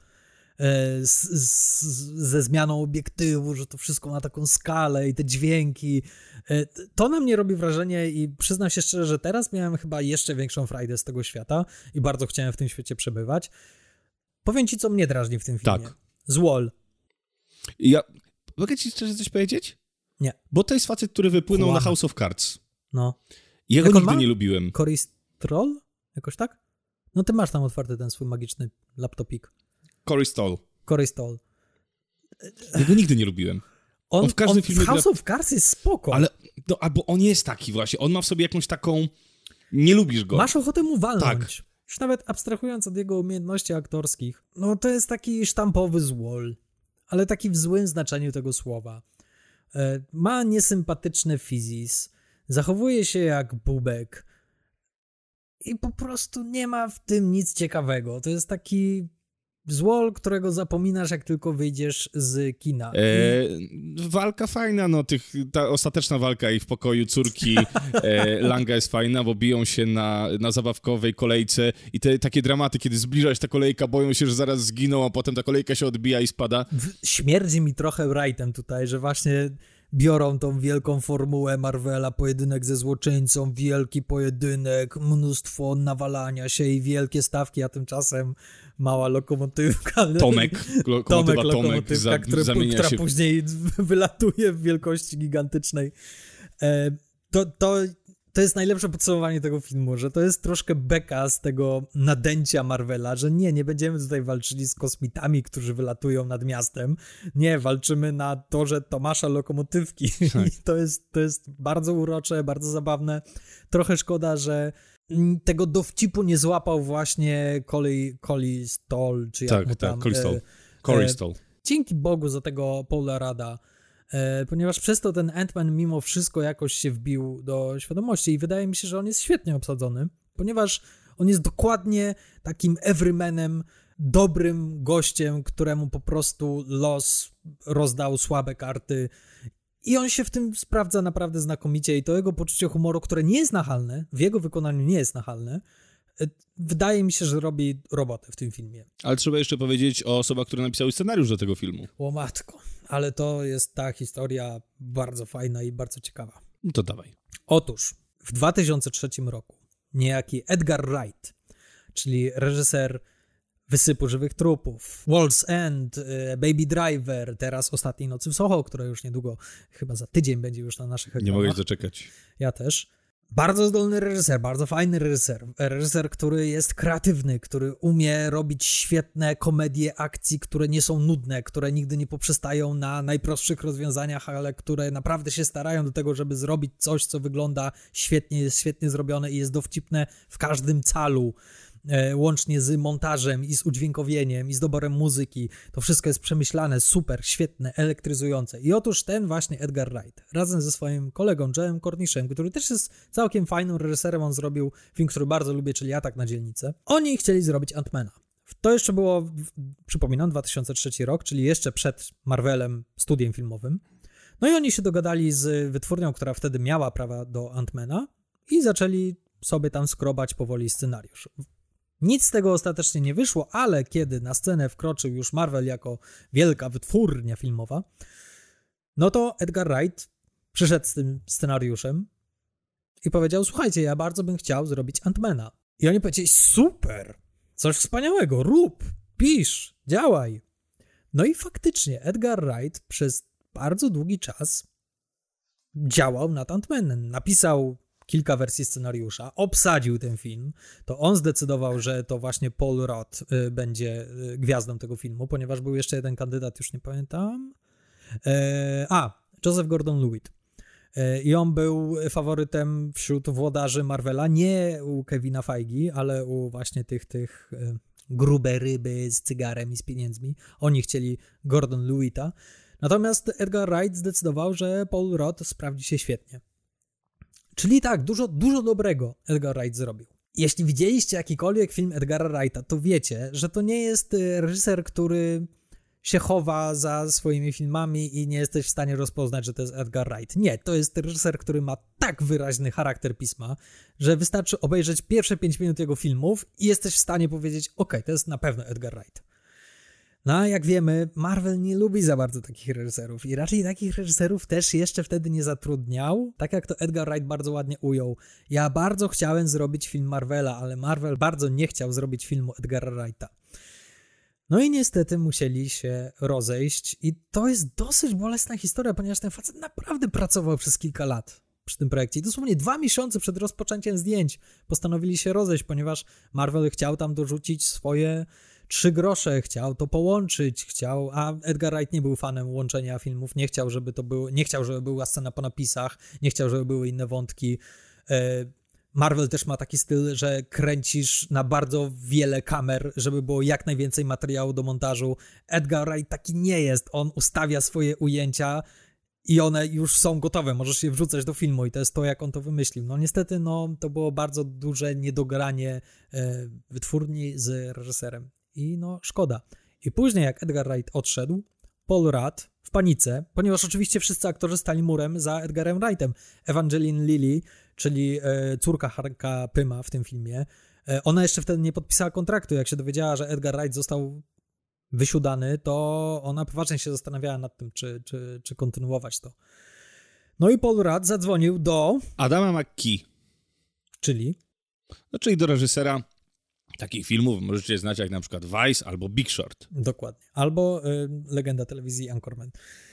Ze zmianą obiektywu, że to wszystko na taką skalę i te dźwięki. To na mnie robi wrażenie i przyznam się szczerze, że teraz miałem chyba jeszcze większą frajdę z tego świata i bardzo chciałem w tym świecie przebywać. Powiem ci, co mnie drażni w tym filmie. Tak. Z Wall. Mogę ci szczerze coś powiedzieć? Nie. Bo to jest facet, który wypłynął Kłamie. na House of Cards. No. Jego Jak on nigdy ma? nie lubiłem. Cory Stroll? Jakoś tak? No ty masz tam otwarty ten swój magiczny laptopik. Cory Stoll. Jego nigdy nie lubiłem. On w każdym filmie w House of Cards jest spoko. Ale, no, albo on jest taki właśnie. On ma w sobie jakąś taką... Nie lubisz go. Masz ochotę mu walnąć. Tak. Już nawet abstrahując od jego umiejętności aktorskich, no to jest taki sztampowy Wall, ale taki w złym znaczeniu tego słowa. Ma niesympatyczny fizis, zachowuje się jak bubek i po prostu nie ma w tym nic ciekawego. To jest taki Wall, którego zapominasz, jak tylko wyjdziesz z kina. Walka fajna, no ta ostateczna walka ich w pokoju córki Langa jest fajna, bo biją się na zabawkowej kolejce i te takie dramaty, kiedy zbliża się ta kolejka, boją się, że zaraz zginą, a potem ta kolejka się odbija i spada. Śmierdzi mi trochę Wrightem tutaj, że właśnie biorą tą wielką formułę Marvela, pojedynek ze złoczyńcą, wielki pojedynek, mnóstwo nawalania się i wielkie stawki, a tymczasem mała lokomotywka. Tomek, lokomotywka, która się później wylatuje w wielkości gigantycznej. To jest najlepsze podsumowanie tego filmu, że to jest troszkę beka z tego nadęcia Marvela, że nie będziemy tutaj walczyli z kosmitami, którzy wylatują nad miastem. Nie, walczymy na torze Tomasza Lokomotywki. Tak. I to jest bardzo urocze, bardzo zabawne. Trochę szkoda, że tego dowcipu nie złapał właśnie Cory Stoll, czy jak mu tam. Cory Stoll. Dzięki Bogu za tego Paula Rudda, ponieważ przez to ten Ant-Man mimo wszystko jakoś się wbił do świadomości i wydaje mi się, że on jest świetnie obsadzony, ponieważ on jest dokładnie takim everymanem, dobrym gościem, któremu po prostu los rozdał słabe karty i on się w tym sprawdza naprawdę znakomicie i to jego poczucie humoru, które nie jest nachalne, w jego wykonaniu nie jest nachalne, wydaje mi się, że robi robotę w tym filmie. Ale trzeba jeszcze powiedzieć o osobach, które napisały scenariusz do tego filmu. O matko, ale to jest ta historia bardzo fajna i bardzo ciekawa. No to dawaj. Otóż w 2003 roku niejaki Edgar Wright, czyli reżyser Wysypu żywych trupów, World's End, Baby Driver, teraz Ostatniej nocy w Soho, która już niedługo, chyba za tydzień będzie już na naszych ekranach. Nie mogę się doczekać. Ja też. Bardzo zdolny reżyser, bardzo fajny reżyser. Reżyser, który jest kreatywny, który umie robić świetne komedie akcji, które nie są nudne, które nigdy nie poprzestają na najprostszych rozwiązaniach, ale które naprawdę się starają do tego, żeby zrobić coś, co wygląda świetnie, jest świetnie zrobione i jest dowcipne w każdym calu. Łącznie z montażem i z udźwiękowieniem i z doborem muzyki. To wszystko jest przemyślane, super, świetne, elektryzujące. I otóż ten właśnie Edgar Wright razem ze swoim kolegą Joe'em Cornishem, który też jest całkiem fajnym reżyserem, on zrobił film, który bardzo lubię, czyli Atak na dzielnicę. Oni chcieli zrobić Ant-Mana. To jeszcze było, przypominam, 2003 rok, czyli jeszcze przed Marvelem, studiem filmowym. No i oni się dogadali z wytwórnią, która wtedy miała prawa do Ant-Mana i zaczęli sobie tam skrobać powoli scenariusz. Nic z tego ostatecznie nie wyszło, ale kiedy na scenę wkroczył już Marvel jako wielka wytwórnia filmowa, no to Edgar Wright przyszedł z tym scenariuszem i powiedział, słuchajcie, ja bardzo bym chciał zrobić Ant-Mana. I oni powiedzieli, super, coś wspaniałego, rób, pisz, działaj. No i faktycznie Edgar Wright przez bardzo długi czas działał nad Ant-Manem. Napisał kilka wersji scenariusza, obsadził ten film, to on zdecydował, że to właśnie Paul Rudd będzie gwiazdą tego filmu, ponieważ był jeszcze jeden kandydat, już nie pamiętam. Joseph Gordon-Levitt. I on był faworytem wśród włodarzy Marvela, nie u Kevina Feige, ale u właśnie tych grube ryby z cygarem i z pieniędzmi. Oni chcieli Gordon-Levitta. Natomiast Edgar Wright zdecydował, że Paul Rudd sprawdzi się świetnie. Czyli tak, dużo dobrego Edgar Wright zrobił. Jeśli widzieliście jakikolwiek film Edgara Wrighta, to wiecie, że to nie jest reżyser, który się chowa za swoimi filmami i nie jesteś w stanie rozpoznać, że to jest Edgar Wright. Nie, to jest reżyser, który ma tak wyraźny charakter pisma, że wystarczy obejrzeć pierwsze 5 minut jego filmów i jesteś w stanie powiedzieć, okej, to jest na pewno Edgar Wright. No a jak wiemy, Marvel nie lubi za bardzo takich reżyserów i raczej takich reżyserów też jeszcze wtedy nie zatrudniał, tak jak to Edgar Wright bardzo ładnie ujął. Ja bardzo chciałem zrobić film Marvela, ale Marvel bardzo nie chciał zrobić filmu Edgara Wrighta. No i niestety musieli się rozejść i to jest dosyć bolesna historia, ponieważ ten facet naprawdę pracował przez kilka lat przy tym projekcie. I dosłownie 2 miesiące przed rozpoczęciem zdjęć postanowili się rozejść, ponieważ Marvel chciał tam dorzucić swoje 3 grosze, chciał to połączyć, a Edgar Wright nie był fanem łączenia filmów, nie chciał, żeby była scena po napisach, nie chciał, żeby były inne wątki. Marvel też ma taki styl, że kręcisz na bardzo wiele kamer, żeby było jak najwięcej materiału do montażu. Edgar Wright taki nie jest, on ustawia swoje ujęcia i one już są gotowe, możesz je wrzucać do filmu i to jest to, jak on to wymyślił. No niestety, to było bardzo duże niedogranie wytwórni z reżyserem i szkoda. I później jak Edgar Wright odszedł, Paul Rudd w panice, ponieważ oczywiście wszyscy aktorzy stali murem za Edgarem Wrightem. Evangeline Lilly, czyli córka Hanka Pyma w tym filmie, ona jeszcze wtedy nie podpisała kontraktu. Jak się dowiedziała, że Edgar Wright został wysiudany, to ona poważnie się zastanawiała nad tym, czy kontynuować to. No i Paul Rudd zadzwonił do Adama McKee. Czyli do reżysera takich filmów możecie znać jak na przykład Vice albo Big Short. Dokładnie. Albo legenda telewizji Anchorman.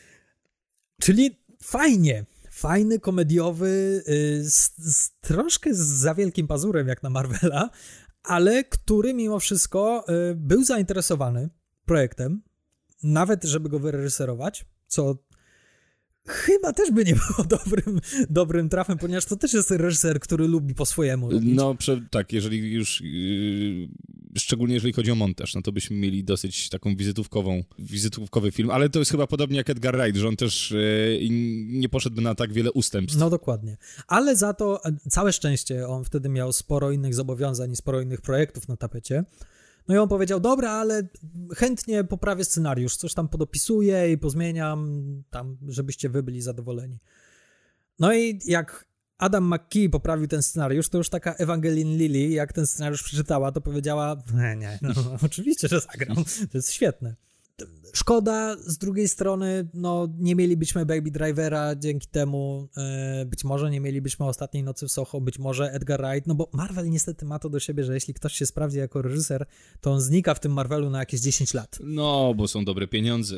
Czyli fajny, komediowy, troszkę za wielkim pazurem jak na Marvela, ale który mimo wszystko był zainteresowany projektem, nawet żeby go wyreżyserować, co chyba też by nie było dobrym trafem, ponieważ to też jest reżyser, który lubi po swojemu robić. Tak, jeżeli już, szczególnie jeżeli chodzi o montaż, to byśmy mieli dosyć taką wizytówkowy film, ale to jest chyba podobnie jak Edgar Wright, że on też nie poszedłby na tak wiele ustępstw. No dokładnie, ale za to całe szczęście on wtedy miał sporo innych zobowiązań i sporo innych projektów na tapecie. No i on powiedział, dobra, ale chętnie poprawię scenariusz, coś tam podopisuję i pozmieniam tam, żebyście wy byli zadowoleni. No i jak Adam McKee poprawił ten scenariusz, to już taka Evangeline Lilly, jak ten scenariusz przeczytała, to powiedziała, nie, oczywiście, że zagram, to jest świetne. Szkoda, z drugiej strony, nie mielibyśmy Baby Drivera dzięki temu, być może nie mielibyśmy Ostatniej Nocy w Soho, być może Edgar Wright, bo Marvel niestety ma to do siebie, że jeśli ktoś się sprawdzi jako reżyser, to on znika w tym Marvelu na jakieś 10 lat. Bo są dobre pieniądze.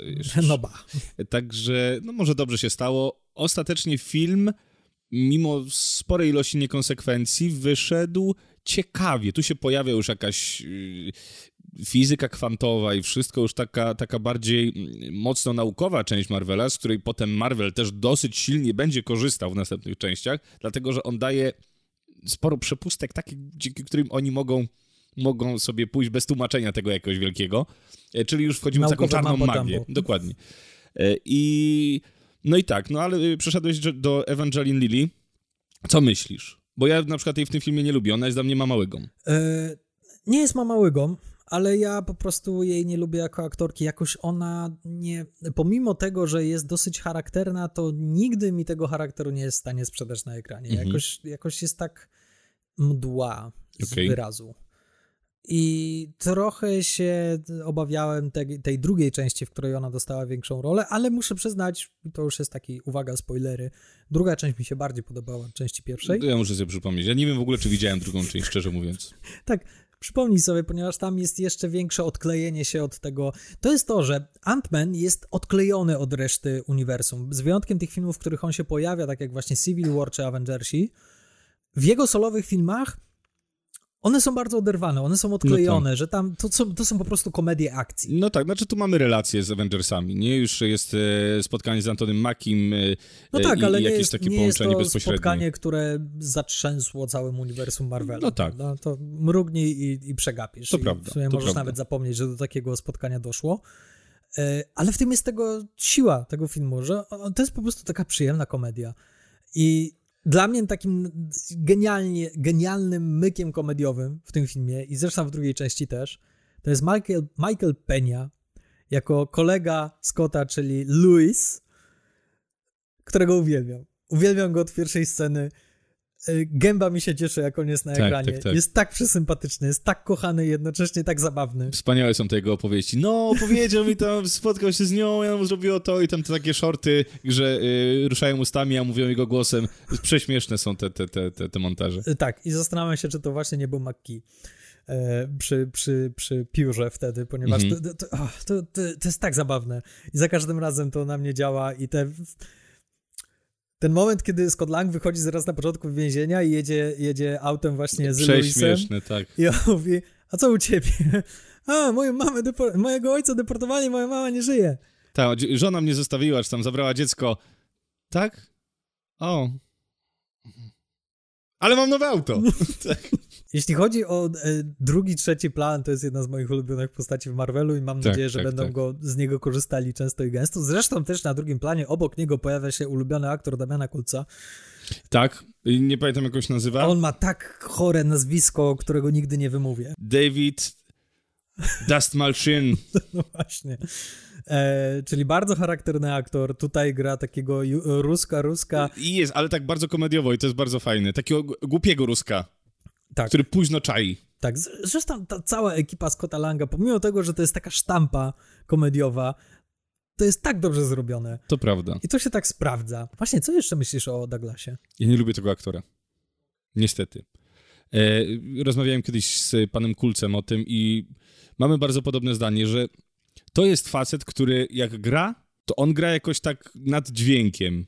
Także, może dobrze się stało. Ostatecznie film, mimo sporej ilości niekonsekwencji, wyszedł ciekawie. Tu się pojawia już jakaś fizyka kwantowa i wszystko już taka bardziej mocno naukowa część Marvela, z której potem Marvel też dosyć silnie będzie korzystał w następnych częściach, dlatego że on daje sporo przepustek takich, dzięki którym oni mogą sobie pójść bez tłumaczenia tego jakiegoś wielkiego, czyli już wchodzimy w taką czarną magię. Dokładnie. Ale przeszedłeś do Evangeline Lilly. Co myślisz? Bo ja na przykład jej w tym filmie nie lubię, ona jest dla mnie Mama Łygą. Nie jest Mama Łygą, ale ja po prostu jej nie lubię jako aktorki. Jakoś ona nie... Pomimo tego, że jest dosyć charakterna, to nigdy mi tego charakteru nie jest w stanie sprzedać na ekranie. Jakoś jest tak mdła z wyrazu. I trochę się obawiałem tej drugiej części, w której ona dostała większą rolę, ale muszę przyznać, to już jest taki, uwaga, spoilery, druga część mi się bardziej podobała od części pierwszej. To ja muszę sobie przypomnieć. Ja nie wiem w ogóle, czy widziałem drugą część, szczerze mówiąc. Tak, przypomnij sobie, ponieważ tam jest jeszcze większe odklejenie się od tego. To jest to, że Ant-Man jest odklejony od reszty uniwersum. Z wyjątkiem tych filmów, w których on się pojawia, tak jak właśnie Civil War czy Avengersi, w jego solowych filmach one są bardzo oderwane, one są odklejone, że tam to są po prostu komedie akcji. No tak, znaczy tu mamy relacje z Avengersami, nie? Już jest spotkanie z Antonym Mackiem ale i jakieś takie połączenie bezpośrednie. Nie jest to spotkanie, które zatrzęsło całym uniwersum Marvela. No tak. To mrugnij i przegapisz. To prawda. W sumie możesz nawet zapomnieć, że do takiego spotkania doszło. Ale w tym jest siła tego filmu, że to jest po prostu taka przyjemna komedia. I Dla mnie takim genialnym mykiem komediowym w tym filmie i zresztą w drugiej części też, to jest Michael Peña jako kolega Scotta, czyli Louis, którego uwielbiam. Uwielbiam go od pierwszej sceny. Gęba mi się cieszy, jak on jest na ekranie. Tak. Jest tak przesympatyczny, jest tak kochany i jednocześnie tak zabawny. Wspaniałe są te jego opowieści. No, powiedział mi tam, spotkał się z nią, ja mu zrobiło to i tam te takie shorty, że ruszają ustami, a mówią jego głosem. Prześmieszne są te montaże. Tak, i zastanawiam się, czy to właśnie nie był McKee przy piórze wtedy, ponieważ to jest tak zabawne. I za każdym razem to na mnie działa i ten moment, kiedy Scott Lang wychodzi zaraz na początku więzienia i jedzie autem właśnie z Louisem. Prześmieszne, tak. I on mówi, a co u ciebie? A, mojego ojca deportowali, moja mama nie żyje. Tak, żona mnie zostawiła, czy tam zabrała dziecko. Tak? O. Ale mam nowe auto. Tak. Jeśli chodzi o drugi, trzeci plan, to jest jedna z moich ulubionych postaci w Marvelu i mam nadzieję, że będą z niego korzystali często i gęsto. Zresztą też na drugim planie obok niego pojawia się ulubiony aktor Damiana Kulca. Tak, nie pamiętam jak on się nazywa. On ma tak chore nazwisko, którego nigdy nie wymówię. David Dastmalchian. No właśnie. Czyli bardzo charakterny aktor. Tutaj gra takiego Ruska. I jest, ale tak bardzo komediowo i to jest bardzo fajne. Takiego głupiego Ruska, tak, który późno czai. Tak, zresztą ta cała ekipa Scotta Langa, pomimo tego, że to jest taka sztampa komediowa, to jest tak dobrze zrobione. To prawda. I to się tak sprawdza. Właśnie, co jeszcze myślisz o Douglasie? Ja nie lubię tego aktora. Niestety. Rozmawiałem kiedyś z panem Kulcem o tym i mamy bardzo podobne zdanie, że to jest facet, który jak gra, to on gra jakoś tak nad dźwiękiem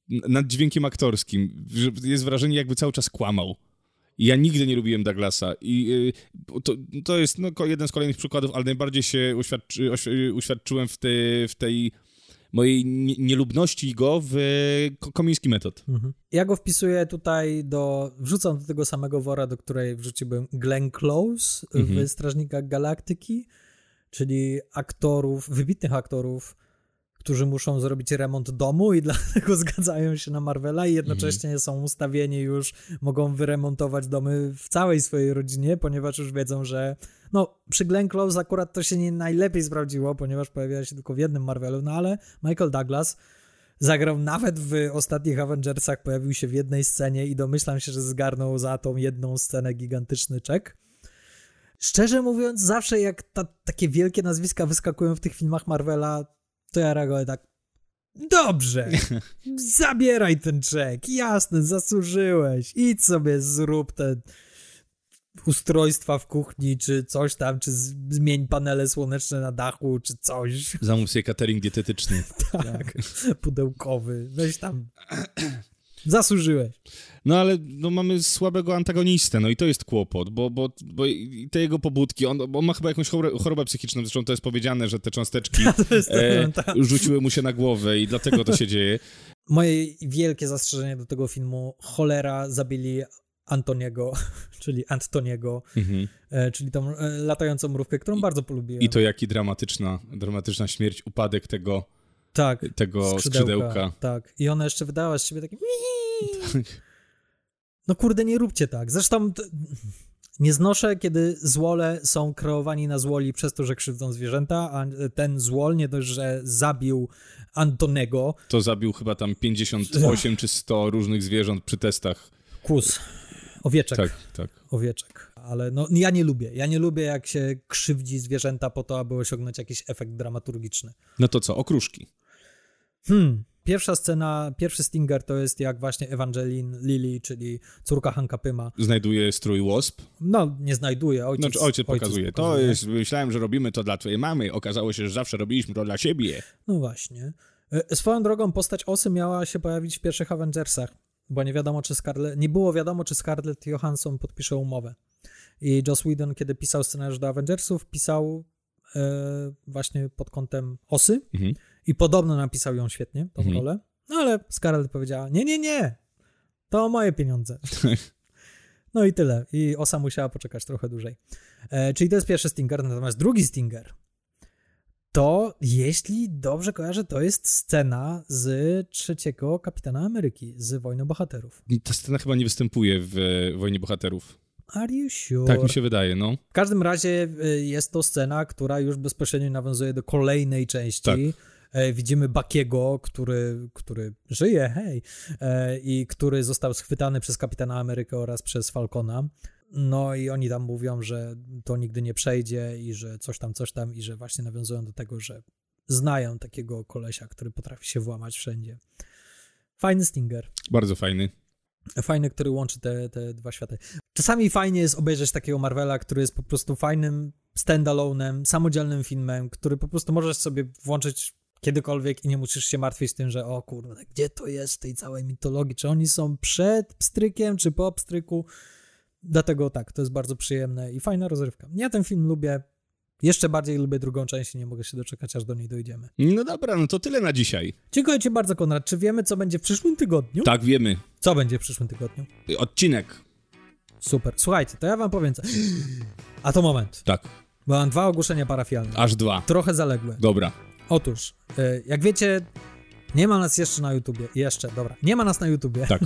aktorskim. Jest wrażenie, jakby cały czas kłamał. I ja nigdy nie lubiłem Douglasa. I to jest jeden z kolejnych przykładów, ale najbardziej się uświadczyłem w tej mojej nielubności go w Komiński Metod. Mhm. Ja go wpisuję tutaj wrzucam do tego samego wora, do której wrzuciłbym Glenn Close w Strażnikach Galaktyki, czyli wybitnych aktorów, którzy muszą zrobić remont domu i dlatego zgadzają się na Marvela i jednocześnie są ustawieni już, mogą wyremontować domy w całej swojej rodzinie, ponieważ już wiedzą, że przy Glenn Close akurat to się nie najlepiej sprawdziło, ponieważ pojawia się tylko w jednym Marvelu, ale Michael Douglas zagrał nawet w ostatnich Avengersach, pojawił się w jednej scenie i domyślam się, że zgarnął za tą jedną scenę gigantyczny czek. Szczerze mówiąc, zawsze jak takie wielkie nazwiska wyskakują w tych filmach Marvela, to ja reaguję tak, dobrze, zabieraj ten czek, jasne, zasłużyłeś, idź sobie zrób te ustrojstwa w kuchni, czy coś tam, czy zmień panele słoneczne na dachu, czy coś. Zamów sobie catering dietetyczny. Tak, pudełkowy, weź tam, zasłużyłeś. No ale mamy słabego antagonistę, i to jest kłopot, bo te jego pobudki, on ma chyba jakąś chorobę psychiczną, zresztą to jest powiedziane, że te cząsteczki rzuciły mu się na głowę i dlatego to się dzieje. Moje wielkie zastrzeżenie do tego filmu, cholera, zabili Antoniego, czyli czyli tą latającą mrówkę, którą bardzo polubiłem. I to jaki dramatyczna śmierć, upadek tego skrzydełka. Tak, i ona jeszcze wydała z siebie takie... Tak. No kurde, nie róbcie tak. Zresztą nie znoszę, kiedy złole są kreowani na złoli przez to, że krzywdzą zwierzęta, a ten złol nie dość, że zabił Antonego. To zabił chyba tam 58 czy 100 różnych zwierząt przy testach. Kus. Owieczek. Tak. Owieczek. Ale ja nie lubię. Ja nie lubię, jak się krzywdzi zwierzęta po to, aby osiągnąć jakiś efekt dramaturgiczny. No to co? Okruszki. Pierwsza scena, pierwszy stinger to jest jak właśnie Evangeline Lilly, czyli córka Hanka Pyma. Znajduje strój Wasp? Nie znajduje. Ojciec pokazuje. Myślałem, że robimy to dla twojej mamy. Okazało się, że zawsze robiliśmy to dla siebie. No właśnie. Swoją drogą postać Osy miała się pojawić w pierwszych Avengersach, bo nie było wiadomo, czy Scarlett Johansson podpisze umowę. I Joss Whedon, kiedy pisał scenariusz do Avengersów, pisał właśnie pod kątem Osy i podobno napisał ją świetnie, tą rolę, ale Scarlett powiedziała, nie, to moje pieniądze. No i tyle. I Osa musiała poczekać trochę dłużej. Czyli to jest pierwszy stinger, natomiast drugi stinger to, jeśli dobrze kojarzę, to jest scena z 3. Kapitana Ameryki, z Wojny Bohaterów. Ta scena chyba nie występuje w Wojnie Bohaterów. Are you sure? Tak mi się wydaje, no. W każdym razie jest to scena, która już bezpośrednio nawiązuje do kolejnej części. Tak. Widzimy Buckiego, który żyje, i który został schwytany przez Kapitana Amerykę oraz przez Falcona. No i oni tam mówią, że to nigdy nie przejdzie i że coś tam i że właśnie nawiązują do tego, że znają takiego kolesia, który potrafi się włamać wszędzie. Fajny stinger. Bardzo fajny. Fajny, który łączy te dwa światy. Czasami fajnie jest obejrzeć takiego Marvela, który jest po prostu fajnym standalone'em, samodzielnym filmem, który po prostu możesz sobie włączyć kiedykolwiek i nie musisz się martwić tym, że o kurde, gdzie to jest w tej całej mitologii, czy oni są przed pstrykiem, czy po pstryku. Dlatego tak, to jest bardzo przyjemne i fajna rozrywka. Ja ten film lubię, jeszcze bardziej lubię drugą część i nie mogę się doczekać, aż do niej dojdziemy. No dobra, no to tyle na dzisiaj. Dziękuję ci bardzo, Konrad. Czy wiemy, co będzie w przyszłym tygodniu? Tak, wiemy. Co będzie w przyszłym tygodniu? Odcinek. Super. Słuchajcie, to ja wam powiem co. A to moment. Tak. Bo mam 2 ogłoszenia parafialne. Aż 2. Trochę zaległe. Dobra. Otóż, jak wiecie, nie ma nas jeszcze na YouTubie. Nie ma nas na YouTubie. Tak.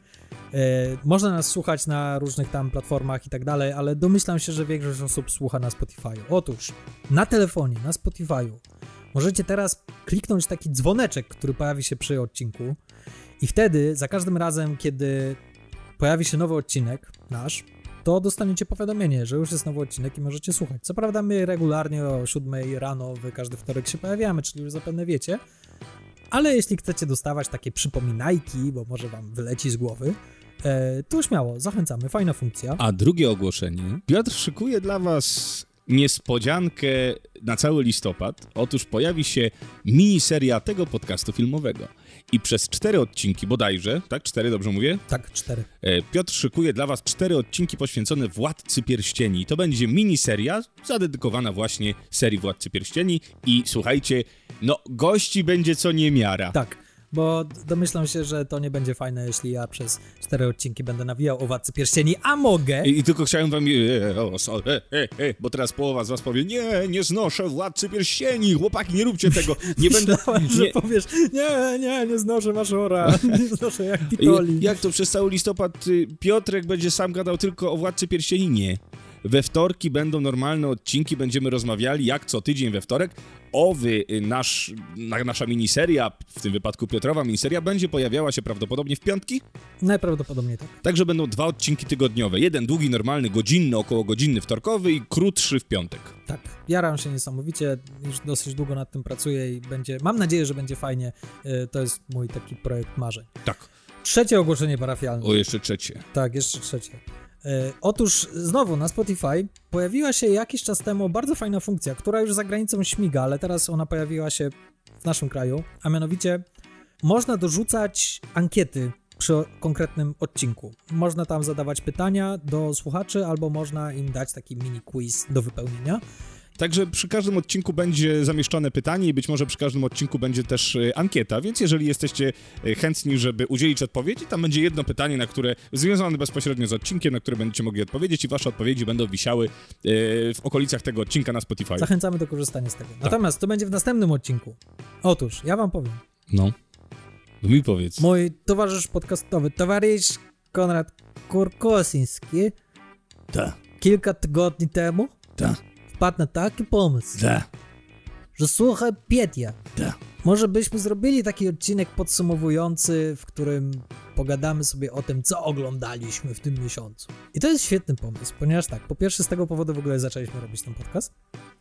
Można nas słuchać na różnych tam platformach i tak dalej, ale domyślam się, że większość osób słucha na Spotify'u. Otóż, na telefonie, na Spotify'u możecie teraz kliknąć taki dzwoneczek, który pojawi się przy odcinku i wtedy za każdym razem, kiedy pojawi się nowy odcinek nasz, to dostaniecie powiadomienie, że już jest nowy odcinek i możecie słuchać. Co prawda my regularnie o 7 rano w każdy wtorek się pojawiamy, czyli już zapewne wiecie, ale jeśli chcecie dostawać takie przypominajki, bo może wam wyleci z głowy, to śmiało, zachęcamy, fajna funkcja. A drugie ogłoszenie. Piotr szykuje dla was niespodziankę na cały listopad. Otóż pojawi się miniseria tego podcastu filmowego. I przez 4 odcinki bodajże, tak? 4, dobrze mówię? Tak, 4. Piotr szykuje dla was 4 odcinki poświęcone Władcy Pierścieni. To będzie miniseria zadedykowana właśnie serii Władcy Pierścieni. I słuchajcie, no gości będzie co niemiara. Tak, bo domyślam się, że to nie będzie fajne, jeśli ja przez 4 odcinki będę nawijał o Władcy Pierścieni, a mogę. I tylko chciałem wam... bo teraz połowa z was powie, nie znoszę Władcy Pierścieni, chłopaki, nie róbcie tego. Nie będę... że powiesz, nie znoszę Maszora, nie znoszę jak Pitoli. Jak to przez cały listopad Piotrek będzie sam gadał tylko o Władcy Pierścieni? Nie. We wtorki będą normalne odcinki, będziemy rozmawiali jak co tydzień we wtorek. Nasza miniseria, w tym wypadku Piotrowa miniseria, będzie pojawiała się prawdopodobnie w piątki? Najprawdopodobniej tak. Także będą 2 odcinki tygodniowe. Jeden długi, normalny, godzinny, około godzinny wtorkowy i krótszy w piątek. Tak, jaram się niesamowicie, już dosyć długo nad tym pracuję i mam nadzieję, że będzie fajnie. To jest mój taki projekt marzeń. Tak. 3 ogłoszenie parafialne. O, jeszcze 3. Tak, jeszcze 3. Otóż znowu na Spotify pojawiła się jakiś czas temu bardzo fajna funkcja, która już za granicą śmiga, ale teraz ona pojawiła się w naszym kraju, a mianowicie można dorzucać ankiety przy konkretnym odcinku. Można tam zadawać pytania do słuchaczy albo można im dać taki mini quiz do wypełnienia. Także przy każdym odcinku będzie zamieszczone pytanie i być może przy każdym odcinku będzie też ankieta, więc jeżeli jesteście chętni, żeby udzielić odpowiedzi, tam będzie jedno pytanie, związane bezpośrednio z odcinkiem, na które będziecie mogli odpowiedzieć i wasze odpowiedzi będą wisiały w okolicach tego odcinka na Spotify. Zachęcamy do korzystania z tego. Natomiast to będzie w następnym odcinku. Otóż, ja wam powiem. No, mi powiedz. Mój towarzysz podcastowy, towarzysz Konrad Kurkosiński, kilka tygodni temu wpadł na taki pomysł, że słuchaj Pietia, może byśmy zrobili taki odcinek podsumowujący, w którym pogadamy sobie o tym, co oglądaliśmy w tym miesiącu. I to jest świetny pomysł, ponieważ tak, po pierwsze z tego powodu w ogóle zaczęliśmy robić ten podcast,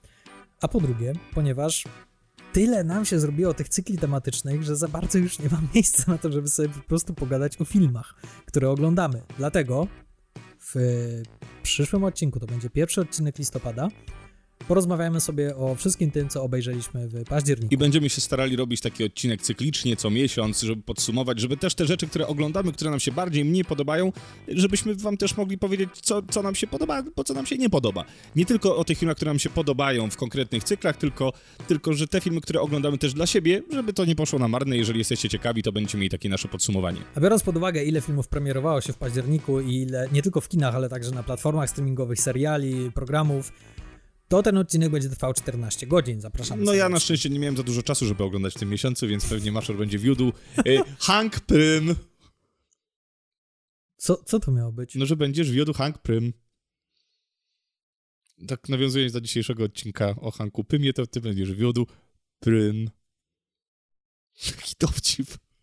a po drugie, ponieważ tyle nam się zrobiło tych cykli tematycznych, że za bardzo już nie ma miejsca na to, żeby sobie po prostu pogadać o filmach, które oglądamy. Dlatego w przyszłym odcinku, to będzie pierwszy odcinek listopada, porozmawiamy sobie o wszystkim tym, co obejrzeliśmy w październiku. I będziemy się starali robić taki odcinek cyklicznie, co miesiąc, żeby podsumować, żeby też te rzeczy, które oglądamy, które nam się bardziej, mniej podobają, żebyśmy wam też mogli powiedzieć, co nam się podoba, po co nam się nie podoba. Nie tylko o tych filmach, które nam się podobają w konkretnych cyklach, tylko że te filmy, które oglądamy też dla siebie, żeby to nie poszło na marne. Jeżeli jesteście ciekawi, to będziecie mieli takie nasze podsumowanie. A biorąc pod uwagę, ile filmów premierowało się w październiku i ile, nie tylko w kinach, ale także na platformach streamingowych, seriali, programów, To ten odcinek będzie trwał 14 godzin, zapraszamy. No ja na szczęście nie miałem za dużo czasu, żeby oglądać w tym miesiącu, więc pewnie Maszor będzie wiódł. Hank Pym. Co to miało być? No, że będziesz wiódł Hank Pym. Tak nawiązując do dzisiejszego odcinka o Hanku Pymie, to ty będziesz wiódł Prym. Jaki dowcip.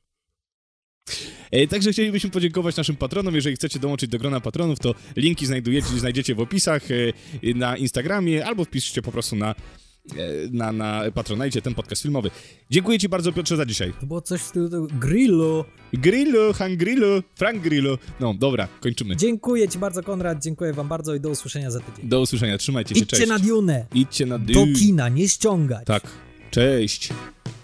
Także chcielibyśmy podziękować naszym patronom. Jeżeli chcecie dołączyć do grona patronów, to linki znajdziecie w opisach na Instagramie, albo wpiszcie po prostu na Patronite ten podcast filmowy. Dziękuję ci bardzo, Piotrze, za dzisiaj. To było coś w stylu Grillo. Grillo, Hank Grillo, Frank Grillo. No, dobra, kończymy. Dziękuję ci bardzo, Konrad, dziękuję wam bardzo i do usłyszenia za tydzień. Do usłyszenia, trzymajcie się, Idźcie cześć. na Dune. Idźcie na Do kina, nie ściągać. Tak, cześć.